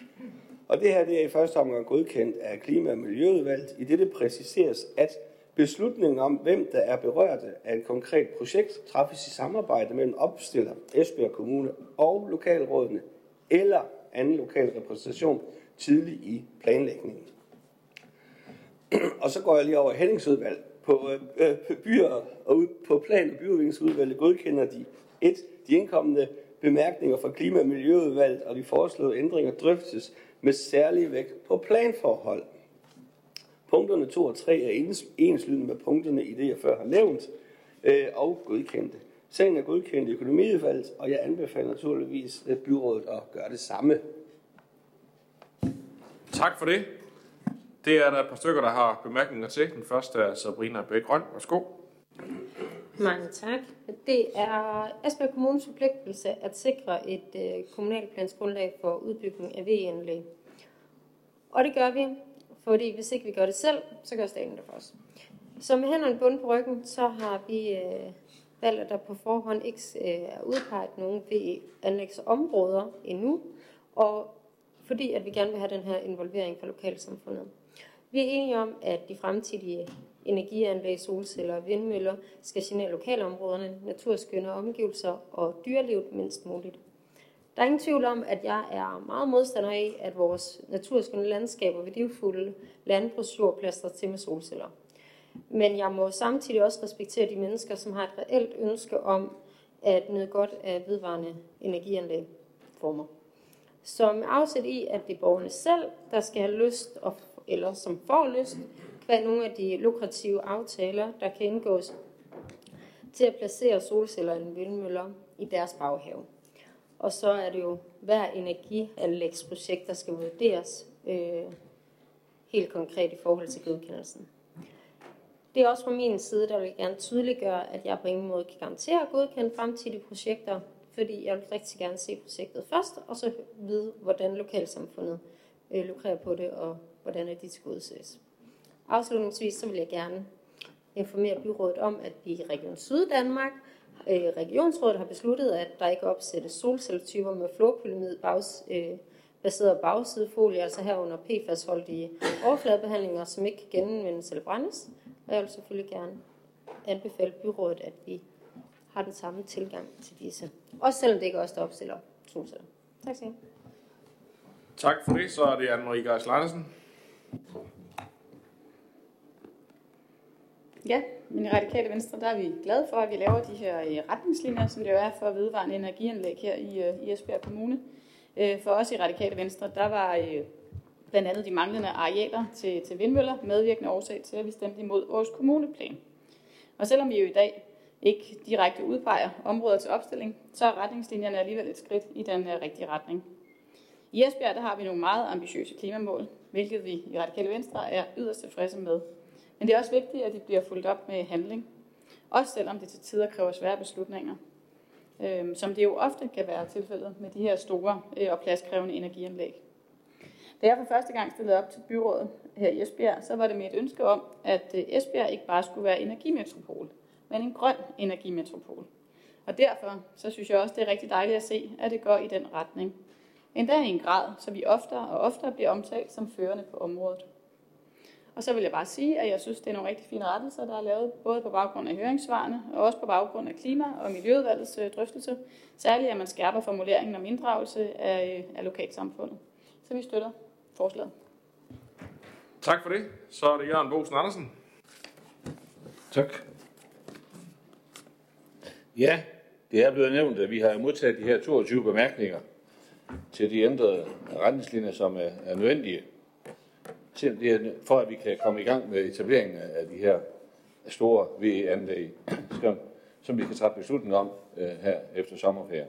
Og det her det er i første omgang godkendt af Klima- og Miljøudvalget. I dette præciseres, at beslutningen om, hvem der er berørte af et konkret projekt, træffes i samarbejde mellem opstiller, Esbjerg Kommune og lokalrådene eller anden lokal repræsentation tidligt i planlægningen. Og så går jeg lige over i Henningsudvalg. På øh, byer og på plan- og byudviklingsudvalget godkender de et De indkommende bemærkninger fra Klima- og Miljøudvalget og de foreslåede ændringer drøftes med særlig vægt på planforhold. Punkterne to og tre er enslydende med punkterne i det, jeg før har nævnt, øh, og godkendte. Sagen er godkendt i økonomiudvalget, og jeg anbefaler naturligvis byrådet at gøre det samme. Tak for det. Det er der et par stykker, der har bemærkninger til. Den første er Sabrina Bæk-Grøn. Værsgo. Mange tak. Det er Esbjerg Kommunes forpligtelse at sikre et øh, kommunalplansgrundlag for udbygning af V E-anlæg. Og det gør vi, fordi hvis ikke vi gør det selv, så gør staten det for os. Så med hænderne bundet på ryggen, så har vi øh, valgt, at der på forhånd ikke øh, er udpeget nogen V E-anlægsområder endnu, og fordi at vi gerne vil have den her involvering fra lokalsamfundet. Vi er enige om, at de fremtidige energianlæg, solceller og vindmøller skal genere lokalområderne, naturskønne omgivelser og dyrelivet mindst muligt. Der er ingen tvivl om, at jeg er meget modstander af, at vores naturskønne landskaber ved livfulde landbrugsjord plastrer til med solceller. Men jeg må samtidig også respektere de mennesker, som har et reelt ønske om at nyde godt af vedvarende energianlæg former. Som afsæt i, at det er borgerne selv, der skal have lyst, og, eller som får lyst, hvad nogle af de lukrative aftaler, der kan indgås til at placere solceller eller vindmøller i deres baghave. Og så er det jo hver energianlægsprojekt, der skal vurderes øh, helt konkret i forhold til godkendelsen. Det er også fra min side, der vil jeg gerne tydeliggøre, at jeg på ingen måde kan garantere at godkende fremtidige projekter, fordi jeg vil rigtig gerne se projektet først, og så vide, hvordan lokalsamfundet øh, lukrerer på det, og hvordan de skal udses. Afslutningsvis så vil jeg gerne informere byrådet om, at vi i Region Syddanmark, øh, Regionsrådet har besluttet, at der ikke opsættes solcelletyper med fluorpolyamid bags, øh, baseret bagsidefolie, altså herunder P F A S-holdige overfladebehandlinger, som ikke kan genanvendes eller brændes. Og jeg vil selvfølgelig gerne anbefale byrådet, at vi har den samme tilgang til disse. Også selvom det ikke er os, der opstiller solceller. Tak skal I. Tak for det. Så er det Anne-Marie Geisler Andersen. Ja, men i Radikale Venstre, der er vi glade for, at vi laver de her retningslinjer, som det jo er for vedvarende energianlæg her i, i Esbjerg Kommune. For os i Radikale Venstre, der var blandt andet de manglende arealer til, til vindmøller, medvirkende årsag til, at vi stemte imod vores kommuneplan. Og selvom vi jo i dag ikke direkte udpeger områder til opstilling, så er retningslinjerne alligevel et skridt i den rigtige retning. I Esbjerg der har vi nogle meget ambitiøse klimamål, hvilket vi i Radikale Venstre er yderst tilfredse med. Men det er også vigtigt, at de bliver fulgt op med handling. Også selvom det til tider kræver svære beslutninger. Øhm, som det jo ofte kan være tilfældet med de her store øh, og pladskrævende energianlæg. Da jeg for første gang stillede op til byrådet her i Esbjerg, så var det mit ønske om, at øh, Esbjerg ikke bare skulle være energimetropol, men en grøn energimetropol. Og derfor så synes jeg også, det er rigtig dejligt at se, at det går i den retning. Endda i en grad, så vi oftere og oftere bliver omtalt som førende på området. Og så vil jeg bare sige, at jeg synes, det er nogle rigtig fine rettelser, der er lavet, både på baggrund af høringssvarene, og også på baggrund af klima- og miljøudvalgets drøftelse. Særligt, at man skærper formuleringen om inddragelse af, af lokalsamfundet. Så vi støtter forslaget. Tak for det. Så er det Jørgen Bosen Andersen. Tak. Ja, det er blevet nævnt, at vi har modtaget de her toogtyve bemærkninger til de ændrede retningslinjer, som er, er nødvendige, for at vi kan komme i gang med etableringen af de her store V E-anlæg, som vi kan træffe beslutning om uh, her efter sommerferien.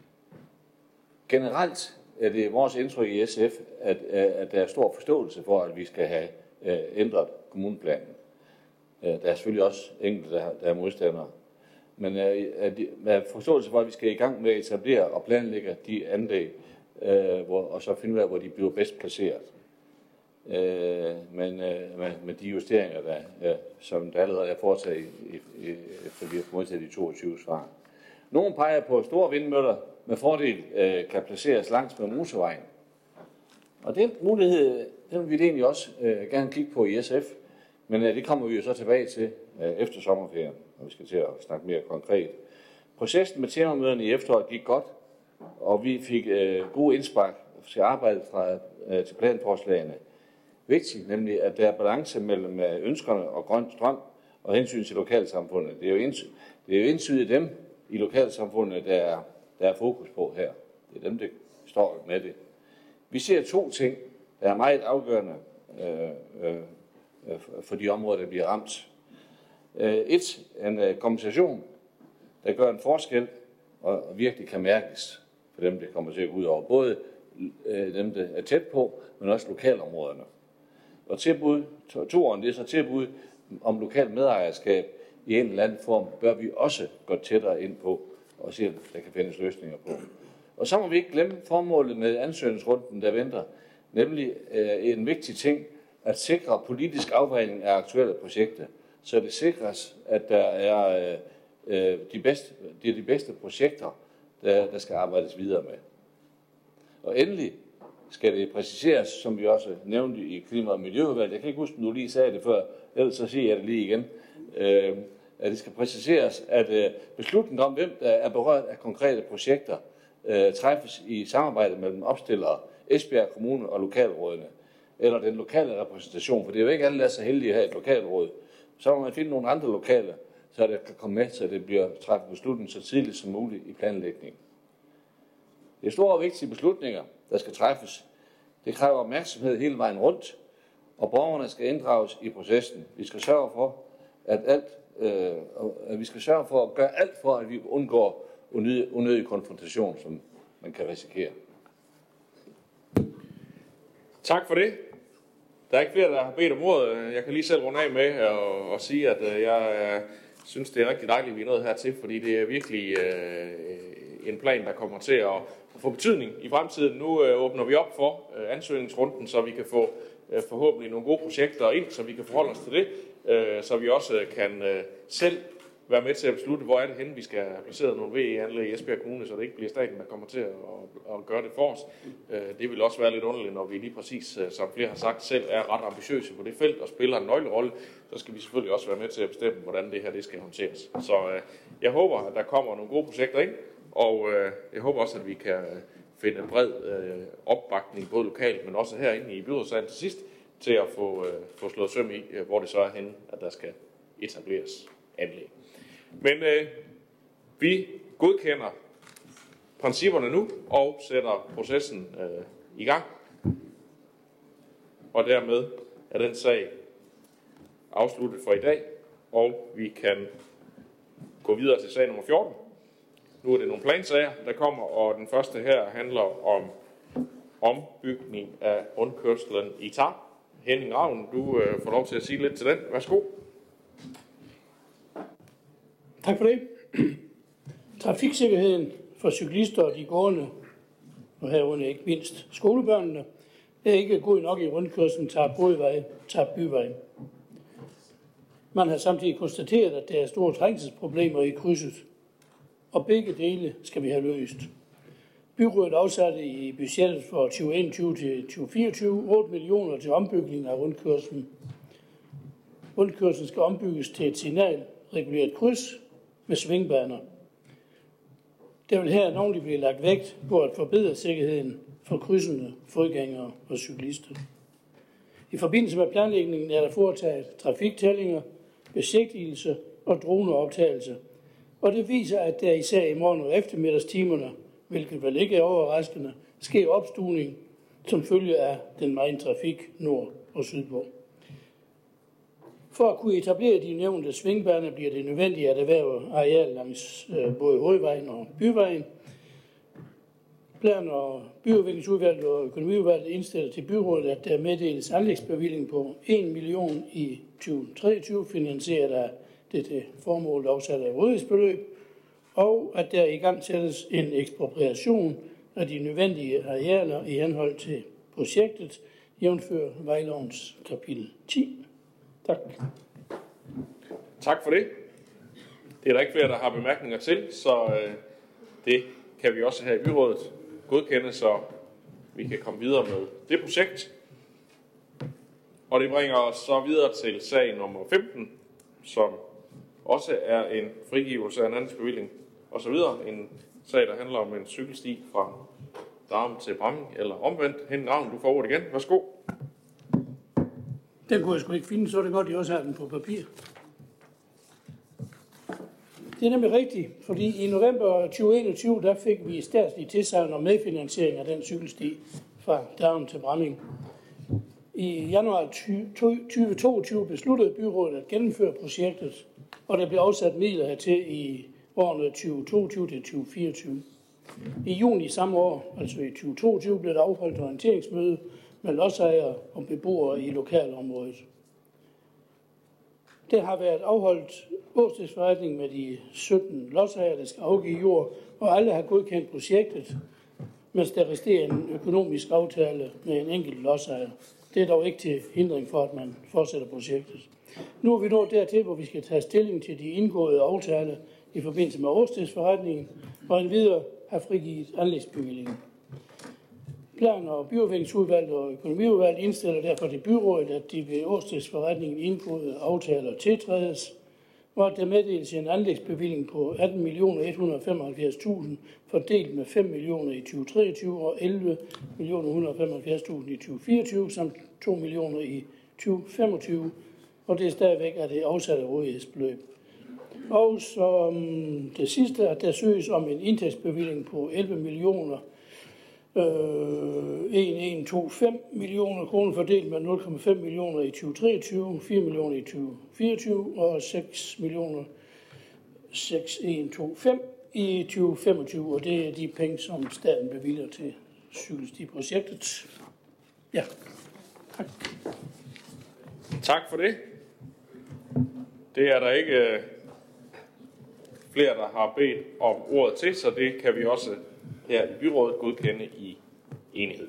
Generelt er det vores indtryk i S F, at, at der er stor forståelse for, at vi skal have uh, ændret kommuneplanen. Uh, der er selvfølgelig også enkelte, der, der er modstandere. Men uh, at de, at forståelse for, at vi skal i gang med at etablere og planlægge de anlæg, uh, hvor, og så finde ud af, hvor de bliver bedst placeret. Øh, men øh, med, med de justeringer, der, ja, som der allerede er foretaget, i, i, efter vi har modtaget de toogtyve svar. Nogle peger på store vindmøller med fordel øh, kan placeres langs med motorvejen. Og den mulighed, den vil vi egentlig også øh, gerne kigge på i S F, men øh, det kommer vi jo så tilbage til øh, efter sommerferien, når vi skal til at snakke mere konkret. Processen med temamøderne i efteråret gik godt, og vi fik øh, gode indspark til arbejdet fra, øh, til planforslagene. Vigtigt, nemlig at der er balance mellem ønskerne og grøn strøm og hensyn til lokalsamfundet. Det er jo entydigt, det er jo entydigt dem i lokalsamfundet, der er, der er fokus på her. Det er dem, der står med det. Vi ser to ting, der er meget afgørende øh, øh, for de områder, der bliver ramt. Øh, et, en øh, kompensation, der gør en forskel og virkelig kan mærkes for dem, der kommer til at gå ud over. Både øh, dem, der er tæt på, men også lokalområderne. Og tilbud, toeren, det er så tilbud om lokalt medejerskab i en eller anden form, bør vi også gå tættere ind på og se, at der kan findes løsninger på. Og så må vi ikke glemme formålet med ansøgningsrunden, der venter, nemlig øh, en vigtig ting, at sikre politisk afvejning af aktuelle projekter, så det sikres, at der er øh, de, bedste, det er de bedste projekter, der, der skal arbejdes videre med. Og endelig skal det præciseres, som vi også nævnte i Klima- og Miljøudvalget. Jeg kan ikke huske, om du lige sagde det før, ellers så siger jeg det lige igen. Øh, at det skal præciseres, at øh, beslutningen om, hvem der er berørt af konkrete projekter, øh, træffes i samarbejde mellem opstillere, Esbjerg Kommune og lokalrådene, eller den lokale repræsentation, for det er jo ikke alle, der er så heldige her i et lokalråd. Så må man finde nogle andre lokale, så det kan komme med, så det bliver træffet beslutning så tidligt som muligt i planlægningen. Det er store og vigtige beslutninger, der skal træffes. Det kræver opmærksomhed hele vejen rundt, og borgerne skal inddrages i processen. Vi skal sørge for, at, alt, øh, at vi skal sørge for at gøre alt for, at vi undgår unødig, unødig konfrontation, som man kan risikere. Tak for det. Der er ikke flere, der har bedt om ordet. Jeg kan lige selv runde af med at, at sige, at jeg synes, det er rigtig dejligt, at vi er nået hertil, fordi det er virkelig øh, en plan, der kommer til at få betydning i fremtiden. Nu øh, åbner vi op for øh, ansøgningsrunden, så vi kan få øh, forhåbentlig nogle gode projekter ind, så vi kan forholde os til det, øh, så vi også kan øh, selv være med til at beslutte, hvor er det henne, vi skal have placeret nogle V E-anlæg i Esbjerg Kommune, så det ikke bliver staten, der kommer til at, at, at gøre det for os. Øh, det vil også være lidt underligt, når vi lige præcis, som flere har sagt, selv er ret ambitiøse på det felt og spiller en nøglerolle, så skal vi selvfølgelig også være med til at bestemme, hvordan det her det skal håndteres. Så øh, jeg håber, at der kommer nogle gode projekter ind, og øh, jeg håber også, at vi kan finde bred øh, opbakning, både lokalt, men også herinde i byrådssalen til sidst, til at få, øh, få slået søm i, hvor det så er henne, at der skal etableres anlæg. Men øh, vi godkender principperne nu og sætter processen øh, i gang. og dermed er den sag afsluttet for i dag, og vi kan gå videre til sag nummer fjorten. Nu er det nogle plansager, der kommer, og den første her handler om ombygning af rundkørslen i Tar. Henning Ravn, du øh, får lov til at sige lidt til den. Værsgo. Tak for det. Trafiksikkerheden for cyklister og de gående, og herunder ikke mindst skolebørnene, er ikke god nok i rundkørslen Tar Bådvej, Tar Byvej. Man har samtidig konstateret, at der er store trængselsproblemer i krydset, og begge dele skal vi have løst. Byrådet afsatte i budgettet for tyve enogtyve til tyve fireogtyve otte millioner til ombygning af rundkørslen. Rundkørslen skal ombygges til et signalreguleret kryds med svingbaner. Der vil her navnlig blive lagt vægt på at forbedre sikkerheden for krydsende fodgængere og cyklister. I forbindelse med planlægningen er der foretaget trafiktællinger, besigtigelse og droneoptagelser, og det viser, at der især i morgen- og eftermiddagstimerne, hvilket vel ikke er overraskende, sker opstuning som følge af den megen trafik nord- og sydpå. For at kunne etablere de nævnte svingbaner bliver det nødvendigt at erhverve areal langs øh, både hovedvejen og byvejen. Plan- og byudviklingsudvalget og økonomiudvalget indstiller til byrådet, at der meddeles anlægsbevilling på en million i tyve treogtyve, finansieret af dette formål afsat af rådighedsbeløb, og at der i gang sættes en ekspropriation af de nødvendige arealer i henhold til projektet, jævnfør vejlovens kapitel ti. Tak. Tak for det. Det er der ikke flere, der har bemærkninger til, så øh, det kan vi også her i byrådet godkende, så vi kan komme videre med det projekt. Og det bringer os så videre til sag nummer femten, som også er en frigivelse af en anlægsbevilling osv. En sag, der handler om en cykelsti fra Darum til Bramming, eller omvendt. Henning Ravn, du får ordet igen. Værsgo. Den kunne jeg sgu ikke finde, så er det godt, at I også har den på papir. Det er nemlig rigtigt, fordi i november tyve enogtyve, der fik vi statslig tilsagn om medfinansiering af den cykelsti fra Darum til Bramming. I januar tyve toogtyve besluttede byrådet at gennemføre projektet, og der blev afsat midler hertil i årene tyve toogtyve til tyve fireogtyve. I juni samme år, altså i tyve toogtyve, blev der afholdt orienteringsmøde med lodsejere og beboere i lokalområdet. Der har været afholdt årstidsforretning med de sytten lodsejere, der skal afgive jord, og alle har godkendt projektet, mens der resterer en økonomisk aftale med en enkelt lodsejer. Det er dog ikke til hindring for, at man fortsætter projektet. Nu er vi nået dertil, hvor vi skal tage stilling til de indgåede aftaler i forbindelse med årstidsforretningen, og endvidere har frigivet anlægsbevillingen. Plan- og byudviklingsudvalget og økonomiudvalget indstiller derfor til byrådet, at de ved årstidsforretningen indgåede aftaler tiltrædes, og at der meddeles en anlægsbevilling på atten millioner et hundrede og femoghalvfjerds tusind, fordelt med fem millioner i tyve treogtyve og elleve millioner et hundrede og femoghalvfjerds tusind i tyve fireogtyve, samt to millioner i tyve femogtyve, og det er stadigvæk af det afsatte rådighedsbeløb. Og så det sidste, at der søges om en indtægtsbevilling på elleve millioner Øh, en komma femten millioner kroner fordelt med nul komma fem millioner i tyve treogtyve, fire millioner i tyve fireogtyve og seks millioner seks komma en to fem i tyve femogtyve, og det er de penge, som staten bevilger til cykelstiprojektet. Ja, tak. Tak for det. Det er der ikke flere, der har bedt om ordet til, så det kan vi også her i byrådet godkende i enighed.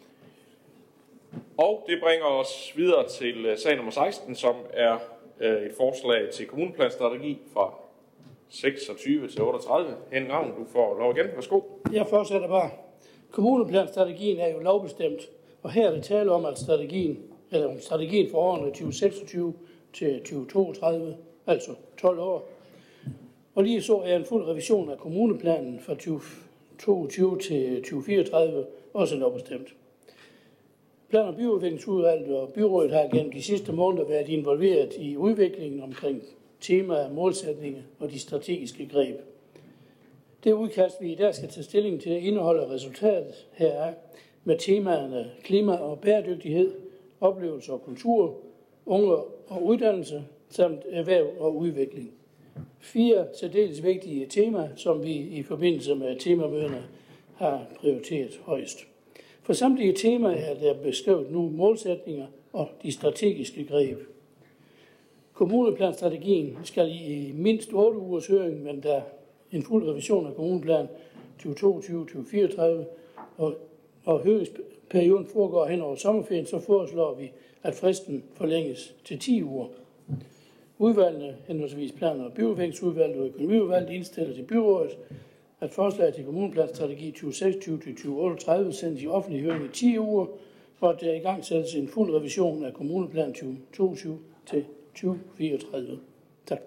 Og det bringer os videre til sag nummer seksten, som er et forslag til kommuneplanstrategi fra seksogtyve til otteogtredive. Henning Ravn, du får lov igen. Værsgo. Jeg fortsætter bare. Kommuneplanstrategien er jo lovbestemt, og her er det tale om, at strategien, eller om strategien for årene tyve seksogtyve til tyve toogtredive, altså tolv år, og lige så er en fuld revision af kommuneplanen fra tyve toogtyve til tyve fireogtredive også lovbestemt. Plan- og byudviklingsudvalget og byrådet har gennem de sidste måneder været involveret i udviklingen omkring temaer, målsætninger og de strategiske greb. Det udkast, vi i dag skal tage stilling til, indeholder resultatet heraf med temaerne klima og bæredygtighed, oplevelser og kultur, unge og uddannelse, samt erhverv og udvikling. Fire særdeles vigtige temaer, som vi i forbindelse med temamøderne har prioriteret højst. For samtlige temaer er der beskrevet nu målsætninger og de strategiske greb. Kommuneplanstrategien skal i mindst otte ugers høring, men der er en fuld revision af kommuneplan tyve toogtyve til fireogtredive, og, og høringsperioden foregår hen over sommerferien, så foreslår vi, at fristen forlænges til ti uger. Udvalgene, henholdsvis planer- og byudviklingsudvalget og økonomiudvalget, indstiller til byrådet, at forslaget til kommuneplanstrategi tyve seksogtyve til tyve otteogtredive sendes i offentlig høring i ti uger, og at der i gang sættes en fuld revision af kommuneplan tyve toogtyve til tyve fireogtredive. Tak.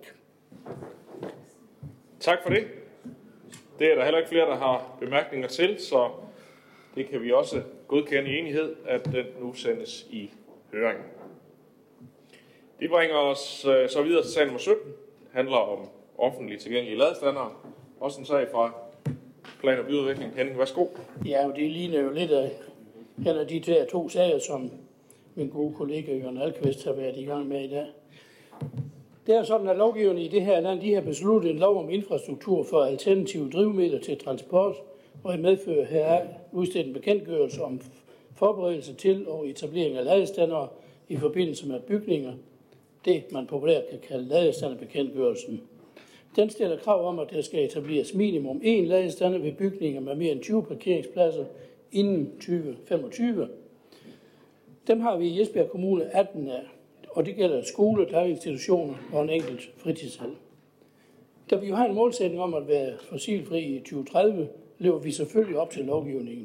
Tak for det. Det er der heller ikke flere, der har bemærkninger til, så det kan vi også godkende i enighed, at den nu sendes i høring. Det bringer os så videre til sag nummer sytten. Det handler om offentligt tilgængelige ladestandere. Også en sag fra plan- og byudvikling. Henning, værsgo. Ja, og det ligner jo lidt af eller de der to sager, som min gode kollega Jørgen Alkvist har været i gang med i dag. Det er sådan, at lovgiverne i det her land, de har besluttet en lov om infrastruktur for alternative drivmidler til transport, og i medfører heraf udstedt en bekendtgørelse om forberedelse til og etablering af ladestandere i forbindelse med bygninger. Det, man populært kan kalde ladestanderbekendtgørelsen. Den stiller krav om, at der skal etableres minimum én ladestander ved bygninger med mere end tyve parkeringspladser inden tyve femogtyve. Dem har vi i Esbjerg Kommune atten af, og det gælder skoler, daginstitutioner og en enkelt fritidshal. Da vi jo har en målsætning om at være fossilfri i tyve tredive, lever vi selvfølgelig op til lovgivningen.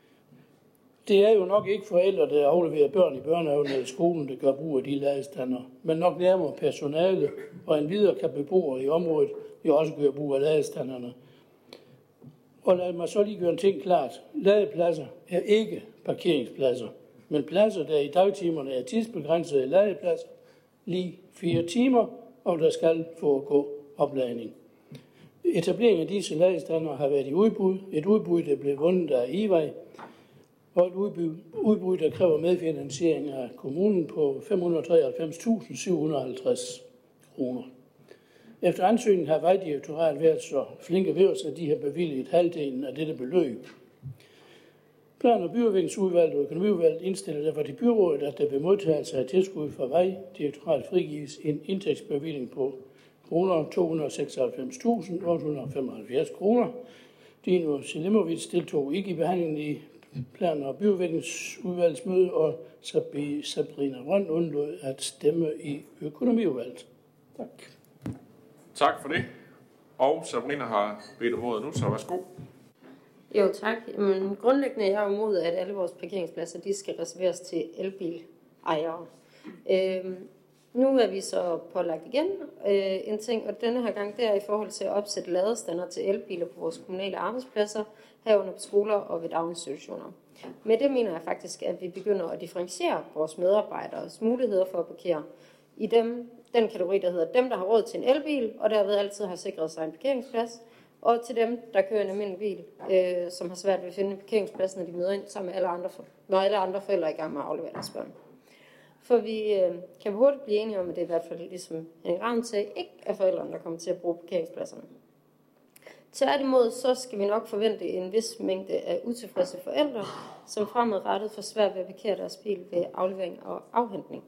Det er jo nok ikke forældre, der afleverer børn i børnehaven eller skolen, der gør brug af de ladestander, men nok nærmere personale, og endvidere kan beboere i området jo også gøre brug af ladestanderne. Og lad mig så lige gøre en ting klart. Ladepladser er ikke parkeringspladser, men pladser, der i dagtimerne er tidsbegrænsede ladepladser, lige fire timer, og der skal foregå opladning. Etableringen af disse ladestander har været i udbud. Et udbud, der blev vundet af E V A, og et udbud, udbud, der kræver medfinansiering af kommunen på fem hundrede og treoghalvfems tusind syv hundrede og halvtreds kroner. Efter ansøgningen har Vejdirektoratet været så flinke ved os, at de har bevilget halvdelen af dette beløb. Plan- og byudviklingsudvalget og økonomiudvalget indstiller derfor til byrådet, at der ved modtagelse af tilskud fra Vejdirektoratet frigives en indtægtsbevilling på to hundrede og seksoghalvfems tusind otte hundrede og femoghalvfjerds kroner. Dino Selimovic deltog ikke i behandlingen i plan- og byudviklingsudvalgets møde, og Sabrina Røn undlod at stemme i økonomiudvalget. Tak. Tak for det. Og Sabrina har bedt om ordet nu, så værsgo. Jo, tak. Men grundlæggende er jeg imod, at alle vores parkeringspladser de skal reserveres til elbilejere. Øhm, nu er vi så pålagt igen øh, en ting, og denne her gang det er i forhold til at opsætte ladestander til elbiler på vores kommunale arbejdspladser, herunder på skoler og ved daginstitutioner. Med det mener jeg faktisk, at vi begynder at differentiere vores medarbejderes muligheder for at parkere i dem, den kategori, der hedder dem, der har råd til en elbil, og derved altid har sikret sig en parkeringsplads, og til dem, der kører en almindelig bil, øh, som har svært ved at finde en parkeringsplads, når de møder ind sammen med alle andre, for, når alle andre forældre er i gang med at aflevere deres børn. For vi øh, kan hurtigt blive enige om, at det er i hvert fald ligesom en ravn til, ikke er forældrene, der kommer til at bruge parkeringspladserne. Tværtimod, så skal vi nok forvente en vis mængde af utilfredse forældre, som fremadrettet får svært ved at parkere deres bil ved aflevering og afhentning.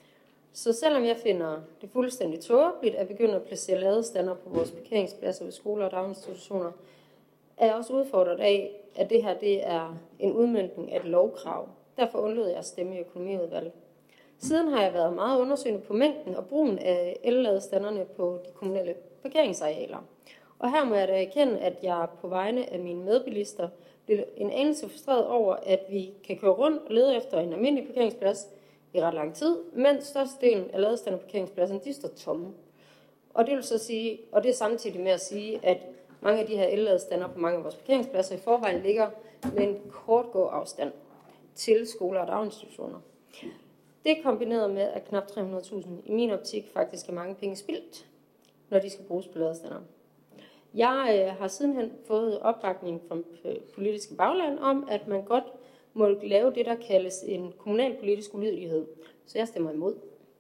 Så selvom jeg finder det fuldstændig tåbeligt at begynde at placere ladestander på vores parkeringspladser ved skoler og daginstitutioner, er jeg også udfordret af, at det her det er en udmøntning af et lovkrav. Derfor undlod jeg at stemme i økonomiudvalget. Siden har jeg været meget undersøgende på mængden og brugen af elladestanderne på de kommunale parkeringsarealer. Og her må jeg da erkende, at jeg på vegne af mine medbilister bliver en anelse frustreret over, at vi kan køre rundt og lede efter en almindelig parkeringsplads i ret lang tid, mens størstedelen af ladestanderparkeringspladserne de står tomme. Og det vil så sige, og det er samtidig med at sige, at mange af de her elladestander på mange af vores parkeringspladser i forvejen ligger med en kort gåafstand til skoler og daginstitutioner. Det er kombineret med, at knap tre hundrede tusind i min optik faktisk er mange penge spildt, når de skal bruges på ladestander. Jeg øh, har sidenhen fået opbakning fra politiske bagland om, at man godt må lave det, der kaldes en kommunalpolitisk ulydighed. Så jeg stemmer imod.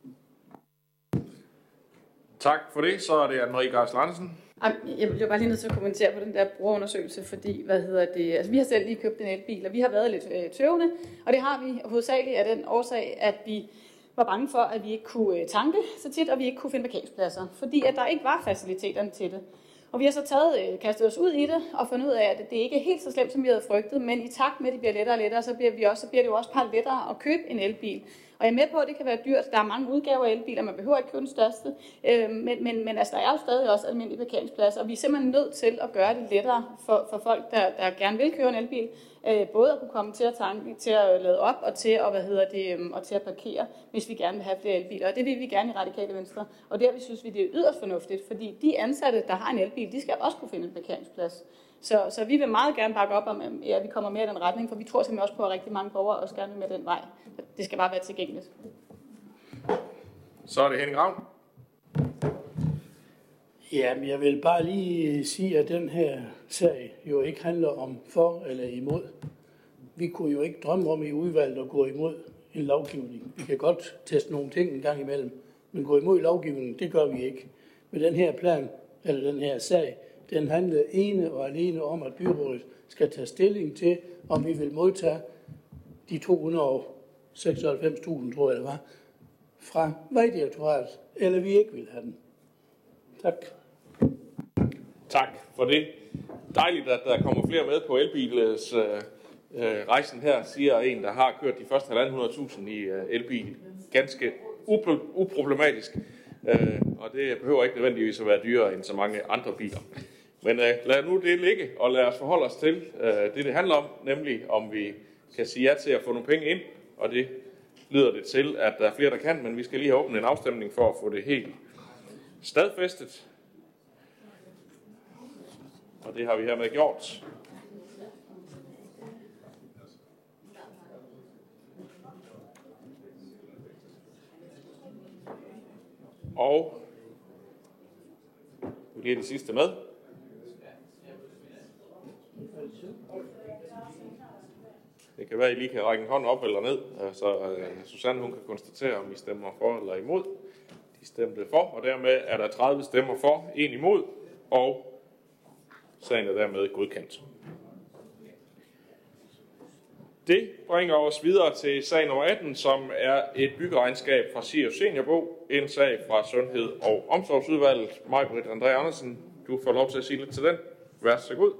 Tak for det. Så er det Anne-Marie Geisler Andersen. Jeg bliver bare lige nødt til at kommentere på den der brugerundersøgelse, fordi hvad hedder det, altså vi har selv lige købt en elbil, og vi har været lidt øh, tøvende, og det har vi hovedsageligt af den årsag, at vi var bange for, at vi ikke kunne tanke så tit, og vi ikke kunne finde parkeringspladser, fordi at der ikke var faciliteterne til det. Og vi har så taget, øh, kastet os ud i det og fundet ud af, at det ikke er helt så slemt, som vi havde frygtet, men i takt med, at det bliver lettere og lettere, så bliver, vi også, så bliver det jo også bare lettere at købe en elbil. Og jeg er med på, at det kan være dyrt. Der er mange udgaver af elbiler, man behøver ikke købe den største. Øh, men, men, men altså, der er jo stadig også almindelige parkeringspladser, og vi er simpelthen nødt til at gøre det lettere for, for folk, der, der gerne vil køre en elbil. Øh, både at kunne komme til at tanke, til at lade op og til at, hvad hedder det, øh, og til at parkere, hvis vi gerne vil have flere elbiler. Og det vil vi gerne i Radikale Venstre. Og der vi synes vi, det er yderst fornuftigt, fordi de ansatte, der har en elbil, de skal også kunne finde en parkeringsplads. Så, så vi vil meget gerne bakke op om, at vi kommer mere i den retning, for vi tror simpelthen også på, at rigtig mange borgere også gerne vil med den vej. Det skal bare være tilgængeligt. Så er det Henning Ravn. Jamen, jeg vil bare lige sige, at den her sag jo ikke handler om for eller imod. Vi kunne jo ikke drømme om i udvalget at gå imod en lovgivning. Vi kan godt teste nogle ting en gang imellem, men gå imod lovgivningen, det gør vi ikke. Med den her plan, eller den her sag, den handler ene og alene om, at byrådet skal tage stilling til, om vi vil modtage de to hundrede og seksoghalvfems tusind, tror jeg det var, fra Vejdirektoratet, eller vi ikke vil have den. Tak. Tak for det. Dejligt, at der kommer flere med på elbilens øh, øh, rejsen her, siger en, der har kørt de første halvanden hundrede tusind i øh, elbil. Ganske upro- uproblematisk, øh, og det behøver ikke nødvendigvis at være dyrere end så mange andre biler. Men øh, lad nu det ligge, og lad os forholde os til øh, det, det handler om, nemlig om vi kan sige ja til at få nogle penge ind, og det lyder det til, at der er flere, der kan, men vi skal lige have åbnet en afstemning for at få det helt stadfæstet. Og det har vi hermed gjort. Og vi giver de sidste med. Det kan være, at I lige kan række en hånd op eller ned, så Susanne hun kan konstatere, om I stemmer for eller imod. De stemte for, og dermed er der tredive stemmer for, en imod, og sagen er dermed godkendt. Det bringer os videre til sag nummer atten, som er et byggeregnskab fra Sirius Seniorbo, en sag fra Sundhed- og Omsorgsudvalget. Maj-Britt André Andersen, du får lov til at sige lidt til den. Vær så god.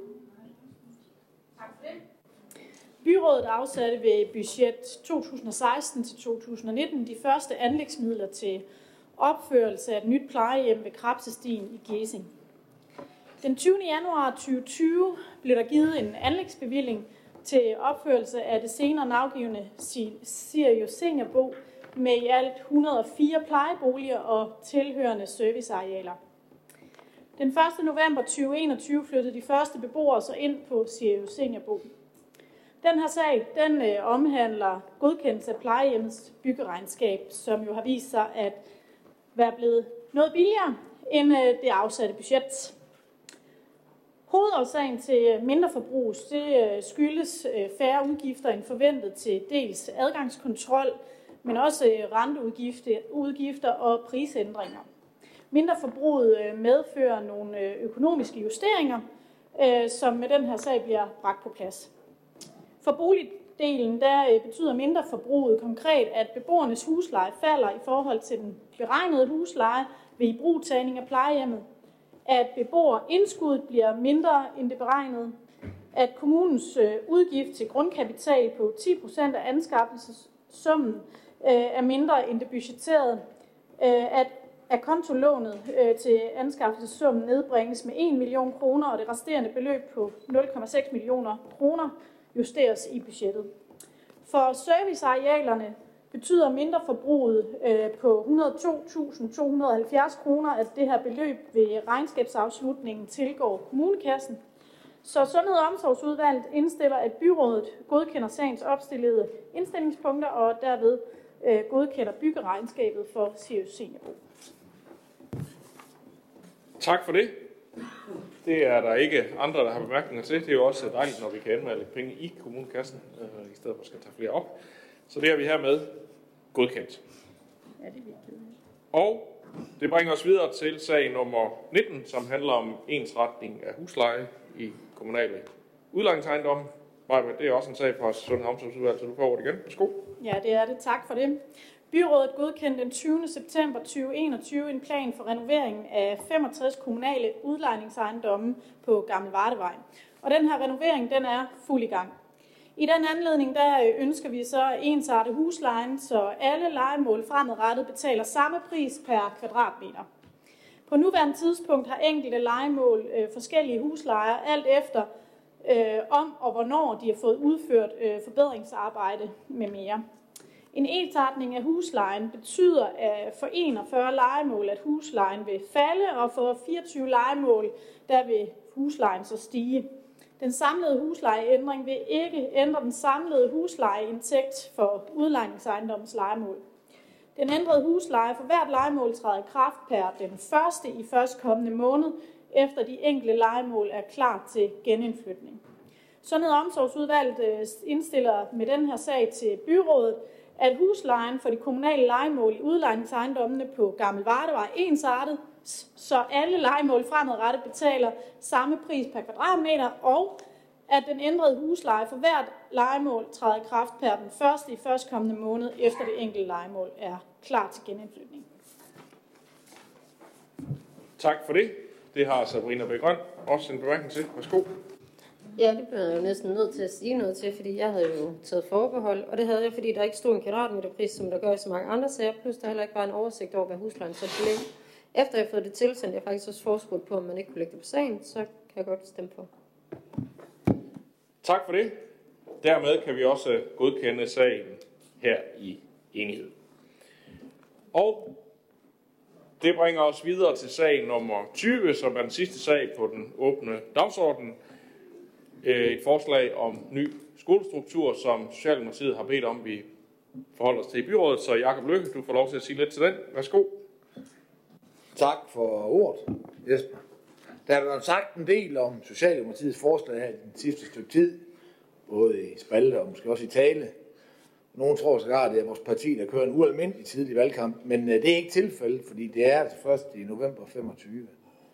Byrådet afsatte ved budget to tusind og seksten til to tusind og nitten de første anlægsmidler til opførelse af et nyt plejehjem ved Krabsestien i Gjesing. Den tyvende januar tyve tyve blev der givet en anlægsbevilling til opførelse af det senere navngivne Sirius Seniorbo med i alt et hundrede og fire plejeboliger og tilhørende servicearealer. Den første november tyve enogtyve flyttede de første beboere så ind på Sirius Seniorbo. Den her sag, den øh, omhandler godkendelse af plejehjemmets byggeregnskab, som jo har vist sig at være blevet noget billigere end øh, det afsatte budget. Hovedårsagen til mindre forbrug, det øh, skyldes øh, færre udgifter end forventet til dels adgangskontrol, men også øh, renteudgifter udgifter og prisændringer. Mindre forbruget øh, medfører nogle øh, økonomiske justeringer, øh, som med den her sag bliver bragt på plads. For boligdelen der betyder mindre forbruget konkret, at beboernes husleje falder i forhold til den beregnede husleje ved ibrugtagning af plejehjemmet, at beboerindskuddet bliver mindre end det beregnede, at kommunens udgift til grundkapital på ti procent af anskaffelsessummen er mindre end det budgetterede, at at kontolånet til anskaffelsessummen nedbringes med en million kroner, og det resterende beløb på nul komma seks millioner kroner justeres i budgettet. For servicearealerne betyder mindre forbruget på et hundrede og to tusind to hundrede og halvfjerds kroner, at det her beløb ved regnskabsafslutningen tilgår kommunekassen. Så Sundhed- og Omsorgsudvalget indstiller, at byrådet godkender sagens opstillede indstillingspunkter og derved godkender byggeregnskabet for Sirius Seniorbo. Tak for det. Det er der ikke andre, der har bemærkninger til. Det er jo også dejligt, når vi kan anmelde penge i kommunekassen, øh, i stedet for at skal tage flere op. Så det er vi hermed godkendt. Ja, det er vigtigt. Og det bringer os videre til sag nummer nitten, som handler om ensretning af husleje i kommunale udlejningsejendomme. Maja, det er også en sag fra Sundhed- og Omsorgsudvalget, så du får ordet igen. Værsgo. Ja, det er det. Tak for det. Byrådet godkendte den tyvende september to tusind og enogtyve en plan for renoveringen af femogtres kommunale udlejningsejendomme på Gammel Vardevej. Og den her renovering, den er fuld i gang. I den anledning, der ønsker vi så at ensarte huslejen, så alle lejemål fremadrettet betaler samme pris per kvadratmeter. På nuværende tidspunkt har enkelte lejemål øh, forskellige huslejer, alt efter øh, om og hvornår de har fået udført øh, forbedringsarbejde med mere. En ensartning af huslejen betyder at for enogfyrre lejemål, at huslejen vil falde, og for fireogtyve lejemål, der vil huslejen så stige. Den samlede huslejeændring vil ikke ændre den samlede huslejeindtægt for udlejningsejendommens lejemål. Den ændrede husleje for hvert lejemål træder i kraft per den første i førstkommende måned, efter de enkelte lejemål er klar til genindflytning. Sundhed- og Omsorgsudvalget indstiller med den her sag til byrådet, at huslejen for de kommunale lejemål i udlejningsejendommene på Gammel Vardevej er ensartet, så alle lejemål fremadrettet betaler samme pris per kvadratmeter, og at den ændrede husleje for hvert lejemål træder i kraft per den første i førstkommende måned, efter det enkelte lejemål er klar til genindflytning. Tak for det. Det har Sabrina Bæk-Grøn også en bemærkning til. Værsgo. Ja, det blev jeg jo næsten nødt til at sige noget til, fordi jeg havde jo taget forbehold, og det havde jeg, fordi der ikke stod en kvadratmeterpris, som der gør i så mange andre sager, plus der heller ikke var en oversigt over, hvad huslejen så blev. Efter jeg har fået det tilsendt, jeg faktisk også forespurgt på, om man ikke kunne lægge det på sagen, så kan jeg godt stemme for. Tak for det. Dermed kan vi også godkende sagen her i enighed. Og det bringer os videre til sag nummer tyve, som er den sidste sag på den åbne dagsorden. Et forslag om ny skolestruktur, som Socialdemokratiet har bedt om, vi forholder os til i byrådet. Så Jakob Lykke, du får lov til at sige lidt til den. Værsgo. Tak for ordet, Jesper. Der er blevet sagt en del om Socialdemokratiets forslag her i den sidste stykke tid, både i spalte og måske også i tale. Nogen tror sågar, at det er vores parti, der kører en ualmindelig tidlig valgkamp, men det er ikke tilfældet, fordi det er altså først i november femogtyve.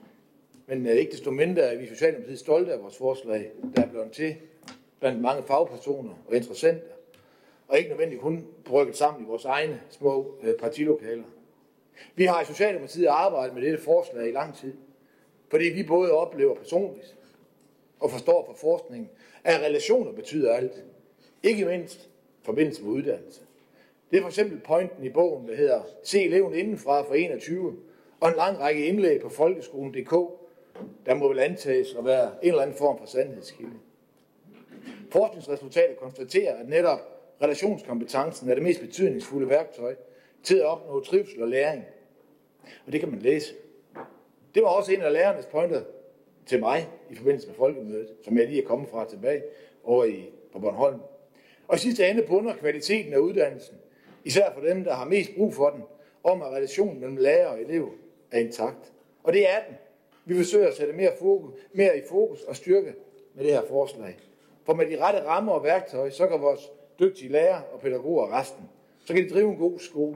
Men ikke desto mindre er vi i Socialdemokratiet stolte af vores forslag, der er blevet til blandt mange fagpersoner og interessenter, og ikke nødvendigt kun brygget sammen i vores egne små partilokaler. Vi har i Socialdemokratiet arbejdet med dette forslag i lang tid, fordi vi både oplever personligt og forstår fra forskningen, at relationer betyder alt. Ikke mindst i forbindelse med uddannelse. Det er for eksempel pointen i bogen, der hedder Se eleven indenfra fra enogtyve, og en lang række indlæg på folkeskolen punktum d k, der må vel antages at være en eller anden form for sandhedskilde. Forskningsresultater konstaterer, at netop relationskompetencen er det mest betydningsfulde værktøj til at opnå trivsel og læring. Og det kan man læse. Det var også en af lærernes pointer til mig i forbindelse med folkemødet, som jeg lige er kommet fra tilbage over i, på Bornholm. Og i sidste ende bunder kvaliteten af uddannelsen, især for dem, der har mest brug for den, om at relationen mellem lærer og elev er intakt. Og det er den. Vi forsøger at sætte mere, fokus, mere i fokus og styrke med det her forslag. For med de rette rammer og værktøj, så kan vores dygtige lærere og pædagoger resten. Så kan de drive en god skole.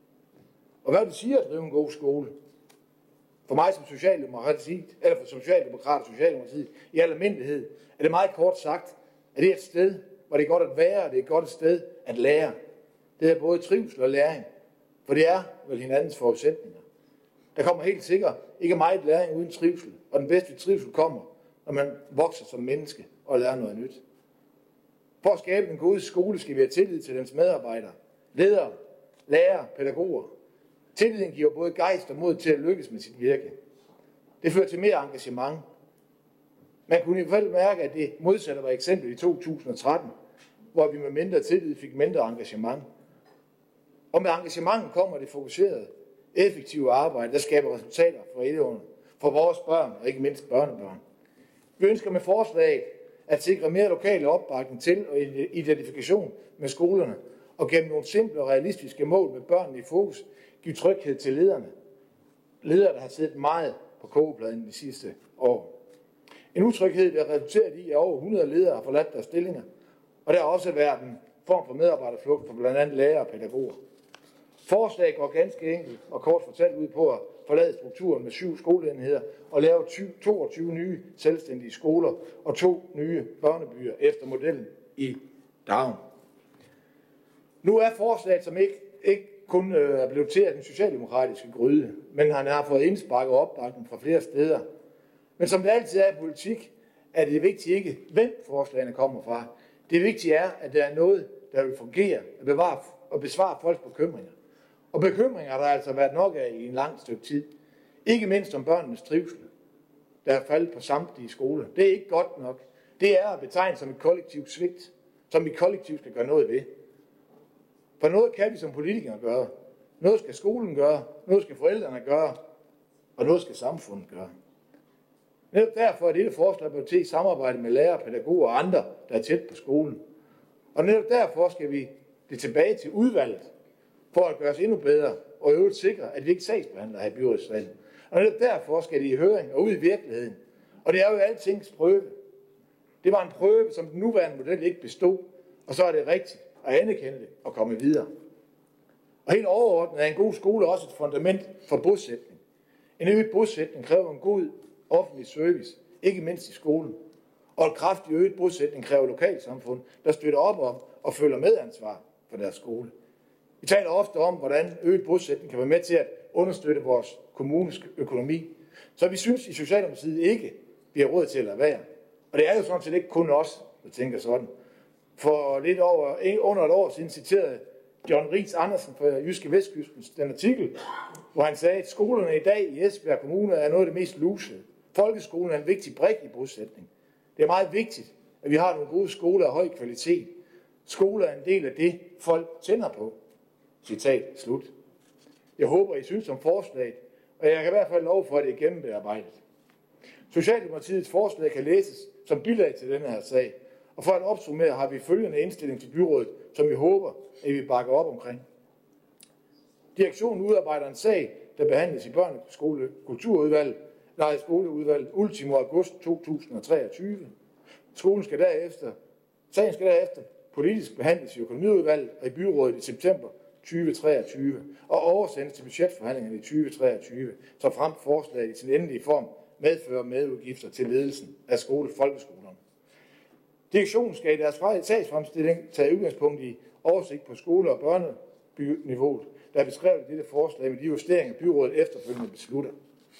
Og hvad vil det sige at drive en god skole? For mig som socialdemokrat, eller for socialdemokrat og socialdemokratiet i al almindelighed, er det meget kort sagt, at det er et sted, hvor det er godt at være, og det er et godt sted at lære. Det er både trivsel og læring, for det er vel hinandens forudsætninger. Der kommer helt sikkert ikke meget læring uden trivsel, og den bedste trivsel kommer, når man vokser som menneske og lærer noget nyt. For at skabe en god skole skal vi have tillid til dens medarbejdere, ledere, lærere, pædagoger. Tilliden giver både gejst og mod til at lykkes med sit virke. Det fører til mere engagement. Man kunne i hvert fald mærke, at det modsatte var eksempel i to tusind og tretten, hvor vi med mindre tillid fik mindre engagement. Og med engagementet kommer det fokuserede, effektive arbejde, der skaber resultater for eleverne, for vores børn og ikke mindst børnebørn. Vi ønsker med forslaget at sikre mere lokale opbakning til og identifikation med skolerne, og gennem nogle simple og realistiske mål med børnene i fokus, give tryghed til lederne. Ledere, der har siddet meget på kogepladen de sidste år. En utryghed, der er resulteret i, at over hundrede ledere har forladt deres stillinger, og der har også været en form for medarbejderflugt for blandt andet lærere og pædagoger. Forslaget går ganske enkelt og kort fortalt ud på at forlade strukturen med syv skoleenheder og lave toogtyve nye selvstændige skoler og to nye børnebyer efter modellen i Darwin. Nu er forslaget, som ikke, ikke kun øh, er blevet til af den socialdemokratiske gryde, men han har fået indspark og opbakning fra flere steder. Men som det altid er i politik, er det vigtigt ikke, hvem forslagene kommer fra. Det vigtige er, at der er noget, der vil fungere og, bevare, og besvare folks bekymringer. Og bekymringer har der altså været nok af i en lang stykke tid. Ikke mindst om børnenes trivsel, der er faldet på samtlige skoler. Det er ikke godt nok. Det er at betegne som et kollektivt svigt, som vi kollektivt skal gøre noget ved. For noget kan vi som politikere gøre. Noget skal skolen gøre, noget skal forældrene gøre, og noget skal samfundet gøre. Netop derfor er dette forslag blevet til i samarbejde med lærere, pædagoger og andre, der er tæt på skolen. Og netop derfor skal vi det tilbage til udvalget, for at gøre os endnu bedre, og i øvrigt sikre, at vi ikke sagsbehandler her i byrådsvalget. Og netop derfor skal det i høring og ud i virkeligheden. Og det er jo altings prøve. Det var en prøve, som den nuværende model ikke bestod, og så er det rigtigt at anerkende det og komme videre. Og helt overordnet er en god skole også et fundament for bosætning. En øget bosætning kræver en god offentlig service, ikke mindst i skolen. Og et kraftigt øget bosætning kræver lokalsamfund, der støtter op om og følger medansvar for deres skole. Vi taler ofte om, hvordan øget bosætning kan være med til at understøtte vores kommunes økonomi. Så vi synes i Socialdemokratiet ikke, vi har råd til at lade være. Og det er jo sådan set ikke kun os, der tænker sådan. For lidt over, under et år siden citerede John Riis Andersen fra Jyske Vestkysten den artikel, hvor han sagde, at skolerne i dag i Esbjerg Kommune er noget af det mest lusede. Folkeskolen er en vigtig brik i bosætning. Det er meget vigtigt, at vi har nogle gode skoler af høj kvalitet. Skoler er en del af det, folk tænder på. Citat slut. Jeg håber, I synes om forslaget, og jeg kan i hvert fald love for, at det er gennembearbejdet. Socialdemokratiets forslag kan læses som bilag til denne her sag, og for at opsummere har vi følgende indstilling til byrådet, som vi håber, at vi bakker op omkring. Direktionen udarbejder en sag, der behandles i børneskole kulturudvalget, nej, skoleudvalget ultimo august to tusind og treogtyve. Skolen skal derefter, sagen skal derefter politisk behandles i økonomiudvalget og i byrådet i september tyve treogtyve og oversendes til budgetforhandlingerne i tyve treogtyve, så frem forslaget i sin endelige form medfører medudgifter til ledelsen af skole- folkeskolerne. Direktionen skal i deres sagsfremstilling tage udgangspunkt i oversigt på skole- og børnebyniveauet, der er beskrevet i dette forslag med de justeringer, byrådet efterfølgende beslutter.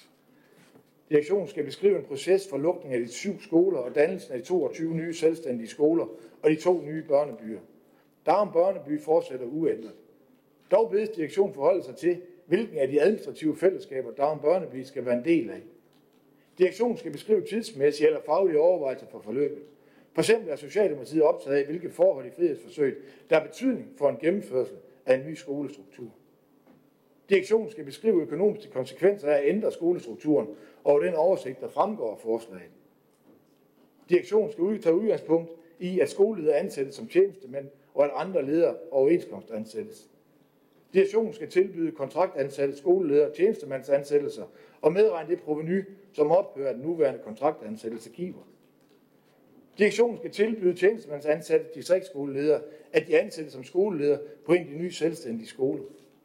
Direktionen skal beskrive en proces for lukning af de syv skoler og dannelsen af de toogtyve nye selvstændige skoler og de to nye børnebyer. Darwin Børneby fortsætter uændret. Dog bedes direktionen forholde sig til, hvilken af de administrative fællesskaber Darwin Børneby skal være en del af. Direktionen skal beskrive tidsmæssige eller faglige overvejelser for forløbet. For eksempel er Socialdemokratiet optaget af, hvilke forhold i frihedsforsøget, der har betydning for en gennemførsel af en ny skolestruktur. Direktionen skal beskrive økonomiske konsekvenser af at ændre skolestrukturen og den oversigt, der fremgår af forslaget. Direktionen skal tage udgangspunkt i, at skoleledere ansættes som tjenestemænd, og at andre ledere overenskomstansættes. Direktionen skal tilbyde kontraktansatte skoleledere tjenestemandsansættelser og medregne det provenu, som ophører den nuværende kontraktansættelse giver. Direktionen skal tilbyde tjenestemandsansatte distriktsskoleledere, at de ansættes som skoleledere på en af de nye selvstændige skoler.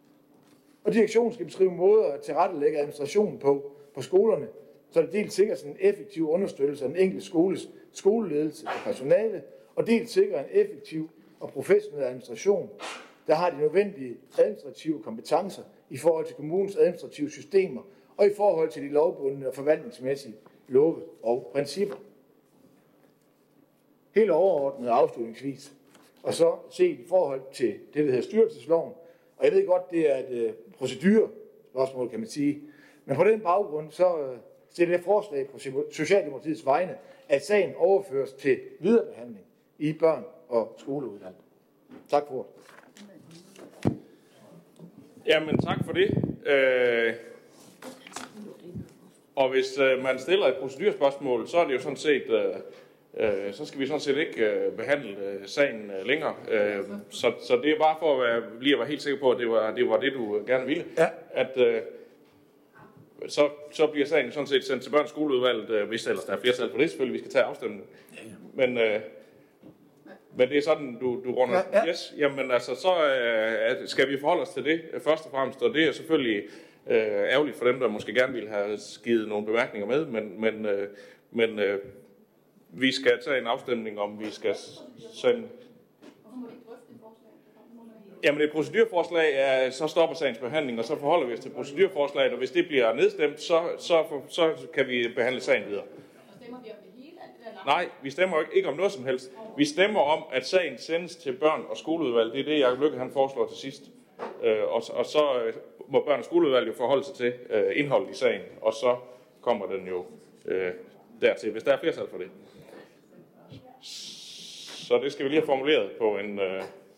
Og direktionen skal beskrive måder at tilrettelægge administrationen på på skolerne, så det dels sikrer en effektiv understøttelse af den enkelte skoles skoleledelse og personale, og dels sikrer en effektiv og professionel administration, der har de nødvendige administrative kompetencer i forhold til kommunens administrative systemer og i forhold til de lovbundne og forvaltningsmæssige love og principper. Helt overordnet afslutningsvis, og så set i forhold til det, der hedder styrelsesloven, og jeg ved godt, det er et uh, procedurespørgsmål, kan man sige, men på den baggrund, så uh, stiller det forslag på Socialdemokratiets vegne, at sagen overføres til viderebehandling i børn- og skoleudvalget. Tak for ordet. Jamen, tak for det. Øh, og hvis øh, man stiller et procedurspørgsmål, så er det jo sådan set, øh, øh, så skal vi sådan set ikke øh, behandle øh, sagen øh, længere. Øh, så, så det er bare for at være, lige at være helt sikker på, at det var det, var det du gerne ville. Ja. At, øh, så, så bliver sagen sådan set sendt til børns skoleudvalget, øh, hvis ellers der er flertal for det, selvfølgelig, vi skal tage afstemningen. Men, øh, men det er sådan, du, du runder. Ja, ja. Yes, jamen altså, så øh, skal vi forholde os til det øh, først og fremmest, og det er selvfølgelig øh, ærgerligt for dem, der måske gerne ville have givet nogle bemærkninger med, men, men, øh, men øh, vi skal tage en afstemning, om vi skal sende... Jamen et procedurforslag er, så stopper sagens behandling, og så forholder vi os til procedurforslaget, og hvis det bliver nedstemt, så, så, så kan vi behandle sagen videre. Nej, vi stemmer ikke, ikke om noget som helst. Vi stemmer om, at sagen sendes til børn- og skoleudvalg. Det er det, Jacob Lykke han foreslår til sidst. Øh, og, og så øh, må børn- og skoleudvalg jo forholde sig til øh, indholdet i sagen, og så kommer den jo øh, dertil, hvis der er flertal for det. Så det skal vi lige have formuleret på en... Øh,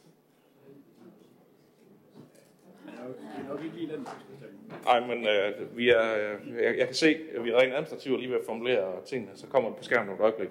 Nej, men øh, vi er, øh, jeg, jeg kan se, at vi er rent administrativt lige ved at formulere tingene, så kommer det på skærmen om et øjeblik.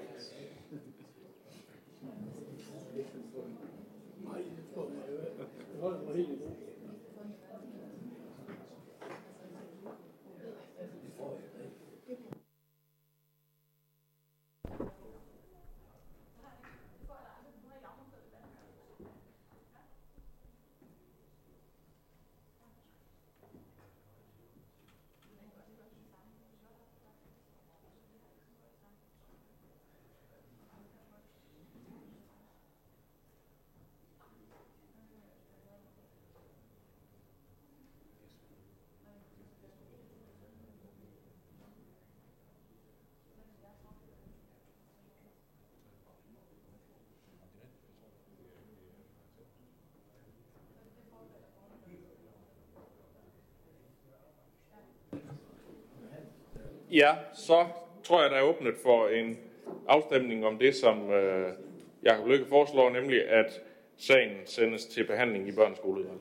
Ja, så tror jeg, der er åbnet for en afstemning om det, som øh, Jacob Lykke foreslår, nemlig at sagen sendes til behandling i børneskoleudvalget.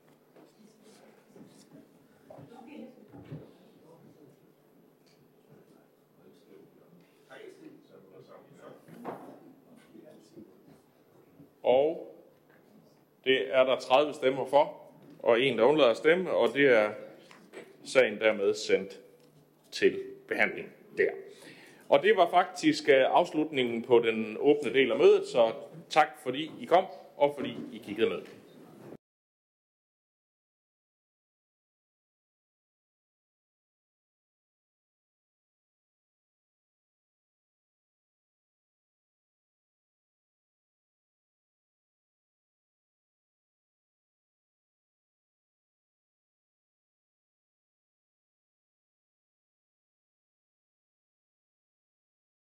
Og det er der tredive stemmer for, og en, der undlader at stemme, og det er sagen dermed sendt til behandling der. Og det var faktisk afslutningen på den åbne del af mødet, så tak fordi I kom, og fordi I kiggede med.